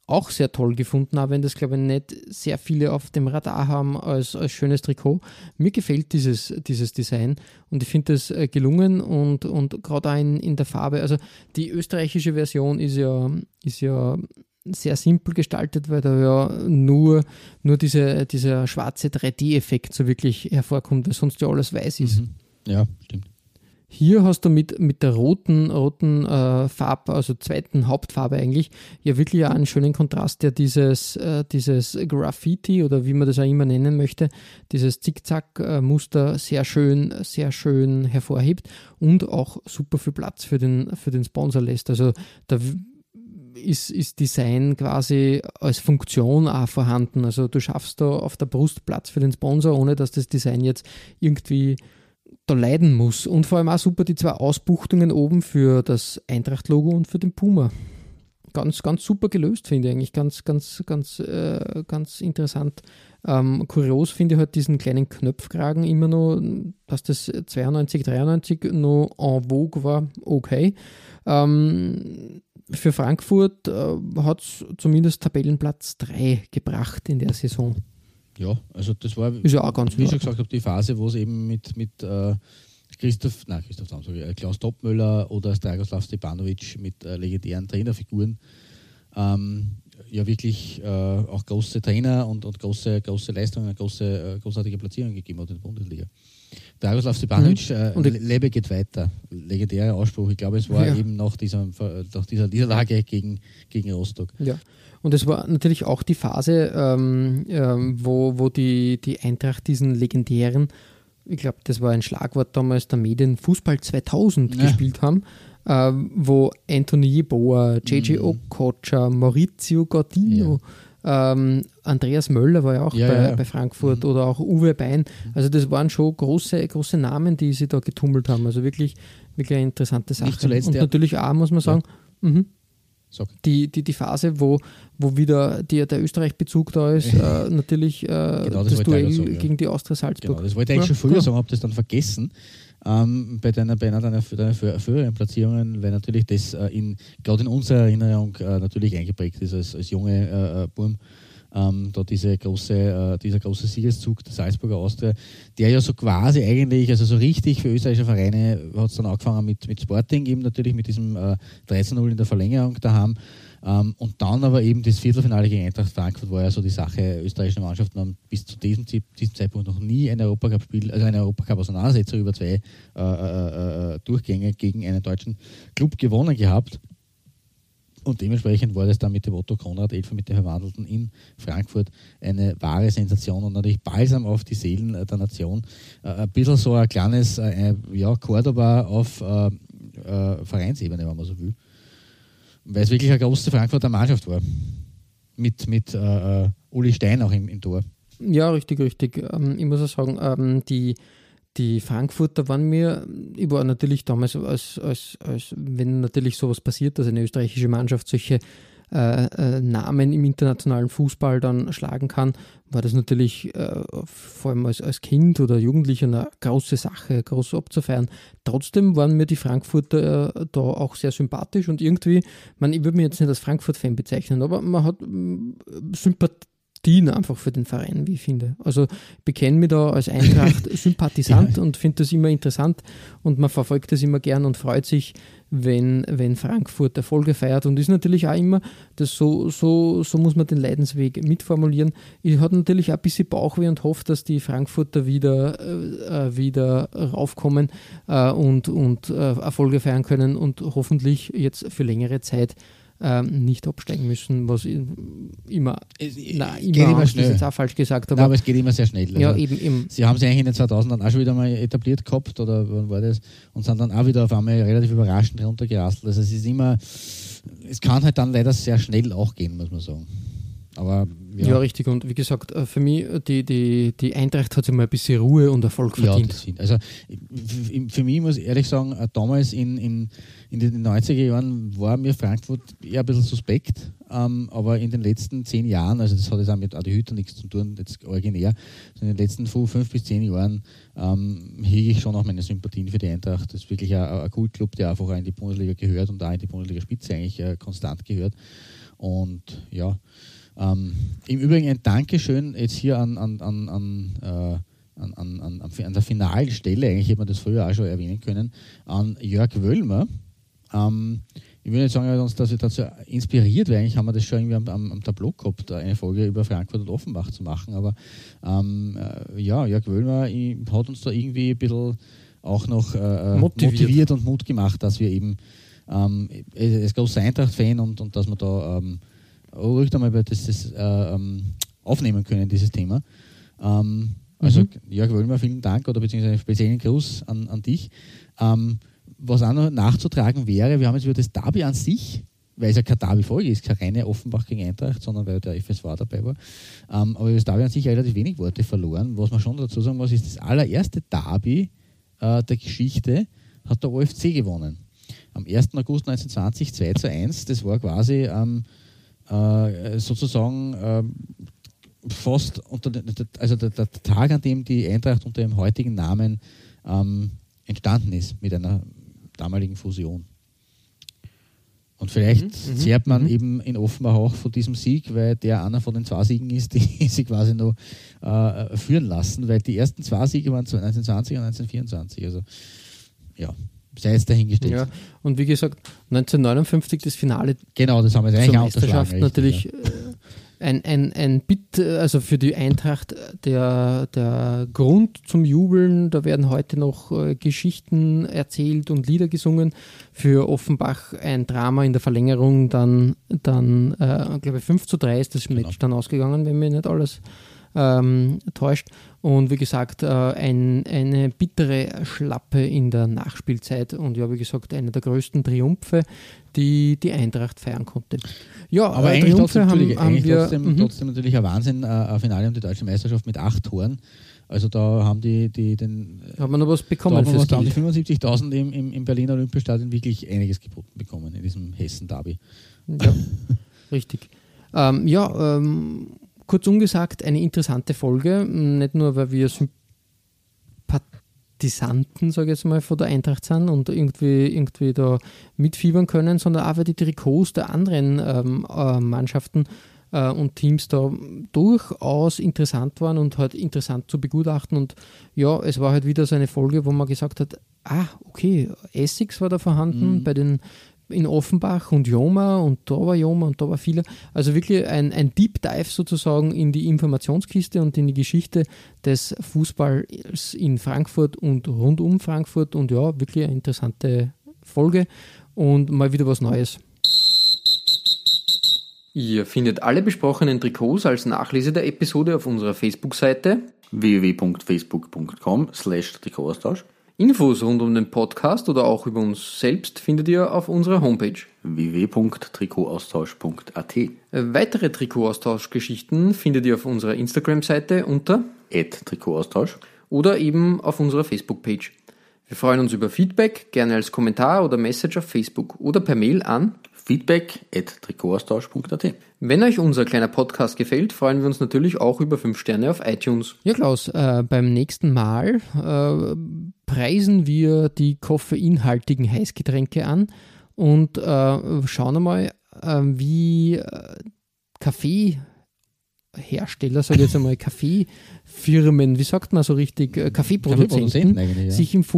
auch sehr toll gefunden, auch wenn das, glaube ich, nicht sehr viele auf dem Radar haben als schönes Trikot. Mir gefällt dieses Design und ich finde das gelungen und gerade auch in der Farbe. Also die österreichische Version ist ja sehr simpel gestaltet, weil da ja nur dieser schwarze 3D-Effekt so wirklich hervorkommt, weil sonst ja alles weiß ist. Ja, stimmt. Hier hast du mit der roten Farbe, also zweiten Hauptfarbe eigentlich, ja wirklich auch einen schönen Kontrast, der dieses Graffiti oder wie man das auch immer nennen möchte, dieses Zickzack-Muster sehr schön hervorhebt und auch super viel Platz für den Sponsor lässt. Also da ist Design quasi als Funktion auch vorhanden. Also du schaffst da auf der Brust Platz für den Sponsor, ohne dass das Design jetzt irgendwie da leiden muss. Und vor allem auch super die 2 Ausbuchtungen oben für das Eintracht-Logo und für den Puma. Ganz, ganz super gelöst, finde ich eigentlich. Ganz interessant. Kurios finde ich halt diesen kleinen Knöpfkragen immer noch, dass das 92, 93 noch en vogue war, okay. Für Frankfurt hat es zumindest Tabellenplatz 3 gebracht in der Saison. Ja, also das war, ist ja auch ganz wie ich schon gesagt habe, die Phase, wo es eben mit Klaus Toppmöller oder Dragoslav Stepanovic mit legendären Trainerfiguren ja wirklich auch große Trainer und große Leistungen, großartige Platzierungen gegeben hat in der Bundesliga. Dragoslav Stepanovic, Lebe geht weiter. Legendärer Ausspruch. Ich glaube, es war eben nach dieser Niederlage gegen Rostock. Ja. Und es war natürlich auch die Phase, wo die Eintracht diesen legendären, ich glaube, das war ein Schlagwort damals der Medien, Fußball 2000 gespielt haben, wo Anthony Yeboah, JJ Okocha, Maurizio Gordillo, Andreas Möller war ja auch bei Frankfurt oder auch Uwe Bein. Also das waren schon große Namen, die sie da getummelt haben. Also wirklich eine interessante Sache. Nicht zuletzt, und natürlich auch, muss man sagen, die Phase, wo wieder der Österreich-Bezug da ist, natürlich das Duell gegen die Austria Salzburg. Genau, das wollte ich eigentlich schon früher sagen, habe das dann vergessen. Bei einer deiner früheren Platzierungen, weil natürlich das gerade in unserer Erinnerung natürlich eingeprägt ist als junge Burm. Da dieser große Siegeszug der Salzburger Austria, der ja so quasi eigentlich, also so richtig für österreichische Vereine hat es dann angefangen mit Sporting, eben natürlich mit diesem 13-0 in der Verlängerung daheim. Und dann aber eben das Viertelfinale gegen Eintracht Frankfurt war ja so die Sache, österreichische Mannschaften haben bis zu diesem Zeitpunkt noch nie ein Europacup-Spiel, also eine Europacup-Auseinandersetzung über 2 Durchgänge gegen einen deutschen Club gewonnen gehabt. Und dementsprechend war das dann mit dem Otto Konrad, Elfer mit den Verwandelten in Frankfurt, eine wahre Sensation und natürlich Balsam auf die Seelen der Nation. Ein bisschen so ein kleines Cordoba auf Vereinsebene, wenn man so will. Weil es wirklich eine große Frankfurter Mannschaft war. Mit Uli Stein auch im Tor. Ja, richtig. Ich muss auch sagen, die Frankfurter waren mir, ich war natürlich damals, als wenn natürlich sowas passiert, dass eine österreichische Mannschaft solche Namen im internationalen Fußball dann schlagen kann, war das natürlich vor allem als Kind oder Jugendlicher eine große Sache, groß abzufeiern. Trotzdem waren mir die Frankfurter da auch sehr sympathisch und irgendwie, ich würde mich jetzt nicht als Frankfurt-Fan bezeichnen, aber man hat Sympathien einfach für den Verein, wie ich finde. Also ich bekenne mich da als Eintracht-Sympathisant und finde das immer interessant und man verfolgt das immer gern und freut sich, wenn Frankfurt Erfolge feiert und ist natürlich auch immer, das so muss man den Leidensweg mitformulieren. Ich hatte natürlich auch ein bisschen Bauchweh und hoffe, dass die Frankfurter wieder raufkommen und Erfolge feiern können und hoffentlich jetzt für längere Zeit nicht absteigen müssen, was immer ist jetzt auch falsch gesagt. Aber es geht immer sehr schnell. Also ja, eben. Sie haben sich eigentlich in den 2000ern auch schon wieder mal etabliert gehabt, oder wann war das? Und sind dann auch wieder auf einmal relativ überraschend runtergerasselt. Also es kann halt dann leider sehr schnell auch gehen, muss man sagen. Aber ja, richtig. Und wie gesagt, für mich, die Eintracht hat sich mal ein bisschen Ruhe und Erfolg verdient. Ja, also für mich muss ich ehrlich sagen, damals in den 90er Jahren war mir Frankfurt eher ein bisschen suspekt, aber in den letzten 10 Jahren, also das hat jetzt auch mit Adi Hütter nichts zu tun, jetzt originär, in den letzten 5 bis 10 Jahren hege ich schon auch meine Sympathien für die Eintracht. Das ist wirklich ein Kultclub, der einfach auch in die Bundesliga gehört und auch in die Bundesliga-Spitze eigentlich konstant gehört. Und ja. Im Übrigen ein Dankeschön jetzt hier an der finalen Stelle, eigentlich hätte man das früher auch schon erwähnen können, an Jörg Wöllmer. Ich würde nicht sagen, dass wir dazu inspiriert, weil eigentlich haben wir das schon irgendwie am Tableau gehabt, eine Folge über Frankfurt und Offenbach zu machen, aber Jörg Wöllmer hat uns da irgendwie ein bisschen auch noch motiviert und Mut gemacht, dass wir eben als großer Eintracht-Fan und dass wir da ruhig einmal das aufnehmen können, dieses Thema. Also Jörg Wöllmer, vielen Dank oder beziehungsweise einen speziellen Gruß an dich. Was auch noch nachzutragen wäre, wir haben jetzt über das Derby an sich, weil es ja keine Derby-Folge ist, keine reine Offenbach gegen Eintracht, sondern weil der FSV dabei war, aber über das Derby an sich relativ wenig Worte verloren. Was man schon dazu sagen muss, ist das allererste Derby der Geschichte hat der OFC gewonnen. Am 1. August 1920 2:1, das war quasi sozusagen fast der Tag, an dem die Eintracht unter dem heutigen Namen entstanden ist, mit einer damaligen Fusion. Und vielleicht zehrt man eben in Offenbach auch von diesem Sieg, weil der einer von den 2 Siegen ist, die sie quasi noch führen lassen, weil die ersten 2 Siege waren 1920 und 1924. Also ja, sei es dahingestellt. Ja, und wie gesagt, 1959 das Finale. Genau, das haben wir jetzt eigentlich auch Meisterschaft natürlich. Ja. Ein Bit, also für die Eintracht der Grund zum Jubeln, da werden heute noch Geschichten erzählt und Lieder gesungen. Für Offenbach ein Drama in der Verlängerung, dann glaube ich 5:3 ist das Match dann ausgegangen, wenn mir nicht alles täuscht. Und wie gesagt, eine bittere Schlappe in der Nachspielzeit und ja, wie gesagt, einer der größten Triumphe, die Eintracht feiern konnte. Ja, aber eigentlich trotzdem natürlich ein Wahnsinn, ein Finale um die deutsche Meisterschaft mit 8 Toren. Also da haben haben wir noch was bekommen fürs Geld. Da haben die 75.000 im Berliner Olympiastadion wirklich einiges geboten bekommen in diesem Hessen-Derby. Ja, richtig. Kurzum gesagt, eine interessante Folge, nicht nur, weil wir Sympathisanten, sage ich jetzt mal, von der Eintracht sind und irgendwie da mitfiebern können, sondern auch, weil die Trikots der anderen Mannschaften und Teams da durchaus interessant waren und halt interessant zu begutachten. Und ja, es war halt wieder so eine Folge, wo man gesagt hat, okay, Essex war da vorhanden in Offenbach und Joma und da war viele. Also wirklich ein Deep Dive sozusagen in die Informationskiste und in die Geschichte des Fußballs in Frankfurt und rund um Frankfurt und ja, wirklich eine interessante Folge und mal wieder was Neues. Ihr findet alle besprochenen Trikots als Nachlese der Episode auf unserer Facebook-Seite www.facebook.com/Trikotaustausch. Infos rund um den Podcast oder auch über uns selbst findet ihr auf unserer Homepage www.trikotaustausch.at. Weitere Trikotaustauschgeschichten findet ihr auf unserer Instagram-Seite unter @Trikotaustausch oder eben auf unserer Facebook-Page. Wir freuen uns über Feedback, gerne als Kommentar oder Message auf Facebook oder per Mail an feedback@trikotaustausch.at. Wenn euch unser kleiner Podcast gefällt, freuen wir uns natürlich auch über 5 Sterne auf iTunes. Ja, Klaus, beim nächsten Mal preisen wir die koffeinhaltigen Heißgetränke an und schauen einmal, wie Kaffeehersteller, sage ich jetzt einmal, Kaffeefirmen, wie sagt man so richtig, Kaffeeproduzenten sich im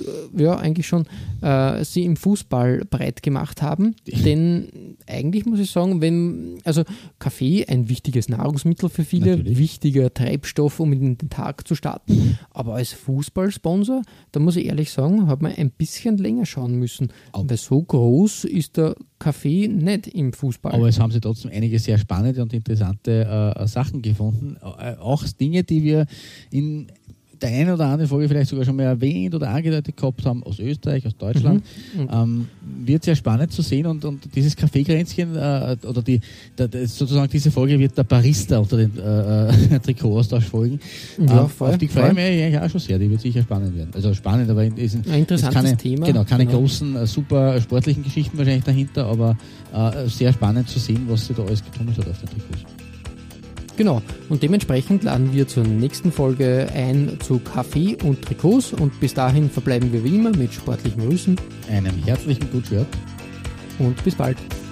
sie im Fußball breit gemacht haben. Denn eigentlich muss ich sagen, Kaffee ein wichtiges Nahrungsmittel für viele, wichtiger Treibstoff, um in den Tag zu starten. Aber als Fußballsponsor, da muss ich ehrlich sagen, hat man ein bisschen länger schauen müssen. Weil so groß ist der Kaffee nicht im Fußball. Aber es haben sie trotzdem einige sehr spannende und interessante Sachen gefunden. Auch Dinge, die wir in der einen oder anderen Folge vielleicht sogar schon mal erwähnt oder angedeutet gehabt haben, aus Österreich, aus Deutschland. Wird sehr spannend zu sehen und dieses Kaffeekränzchen oder sozusagen diese Folge wird der Barista unter den Trikotaustausch folgen. Ja, auf die freue ich mich eigentlich auch schon sehr, die wird sicher spannend werden. Also spannend, aber ist ein interessantes Thema. Genau, keine großen, super sportlichen Geschichten wahrscheinlich dahinter, aber sehr spannend zu sehen, was sie da alles getummelt hat auf den Trikots. Genau, und dementsprechend laden wir zur nächsten Folge ein zu Kaffee und Trikots und bis dahin verbleiben wir wie immer mit sportlichen Grüßen, einem herzlichen Good Shirt und bis bald.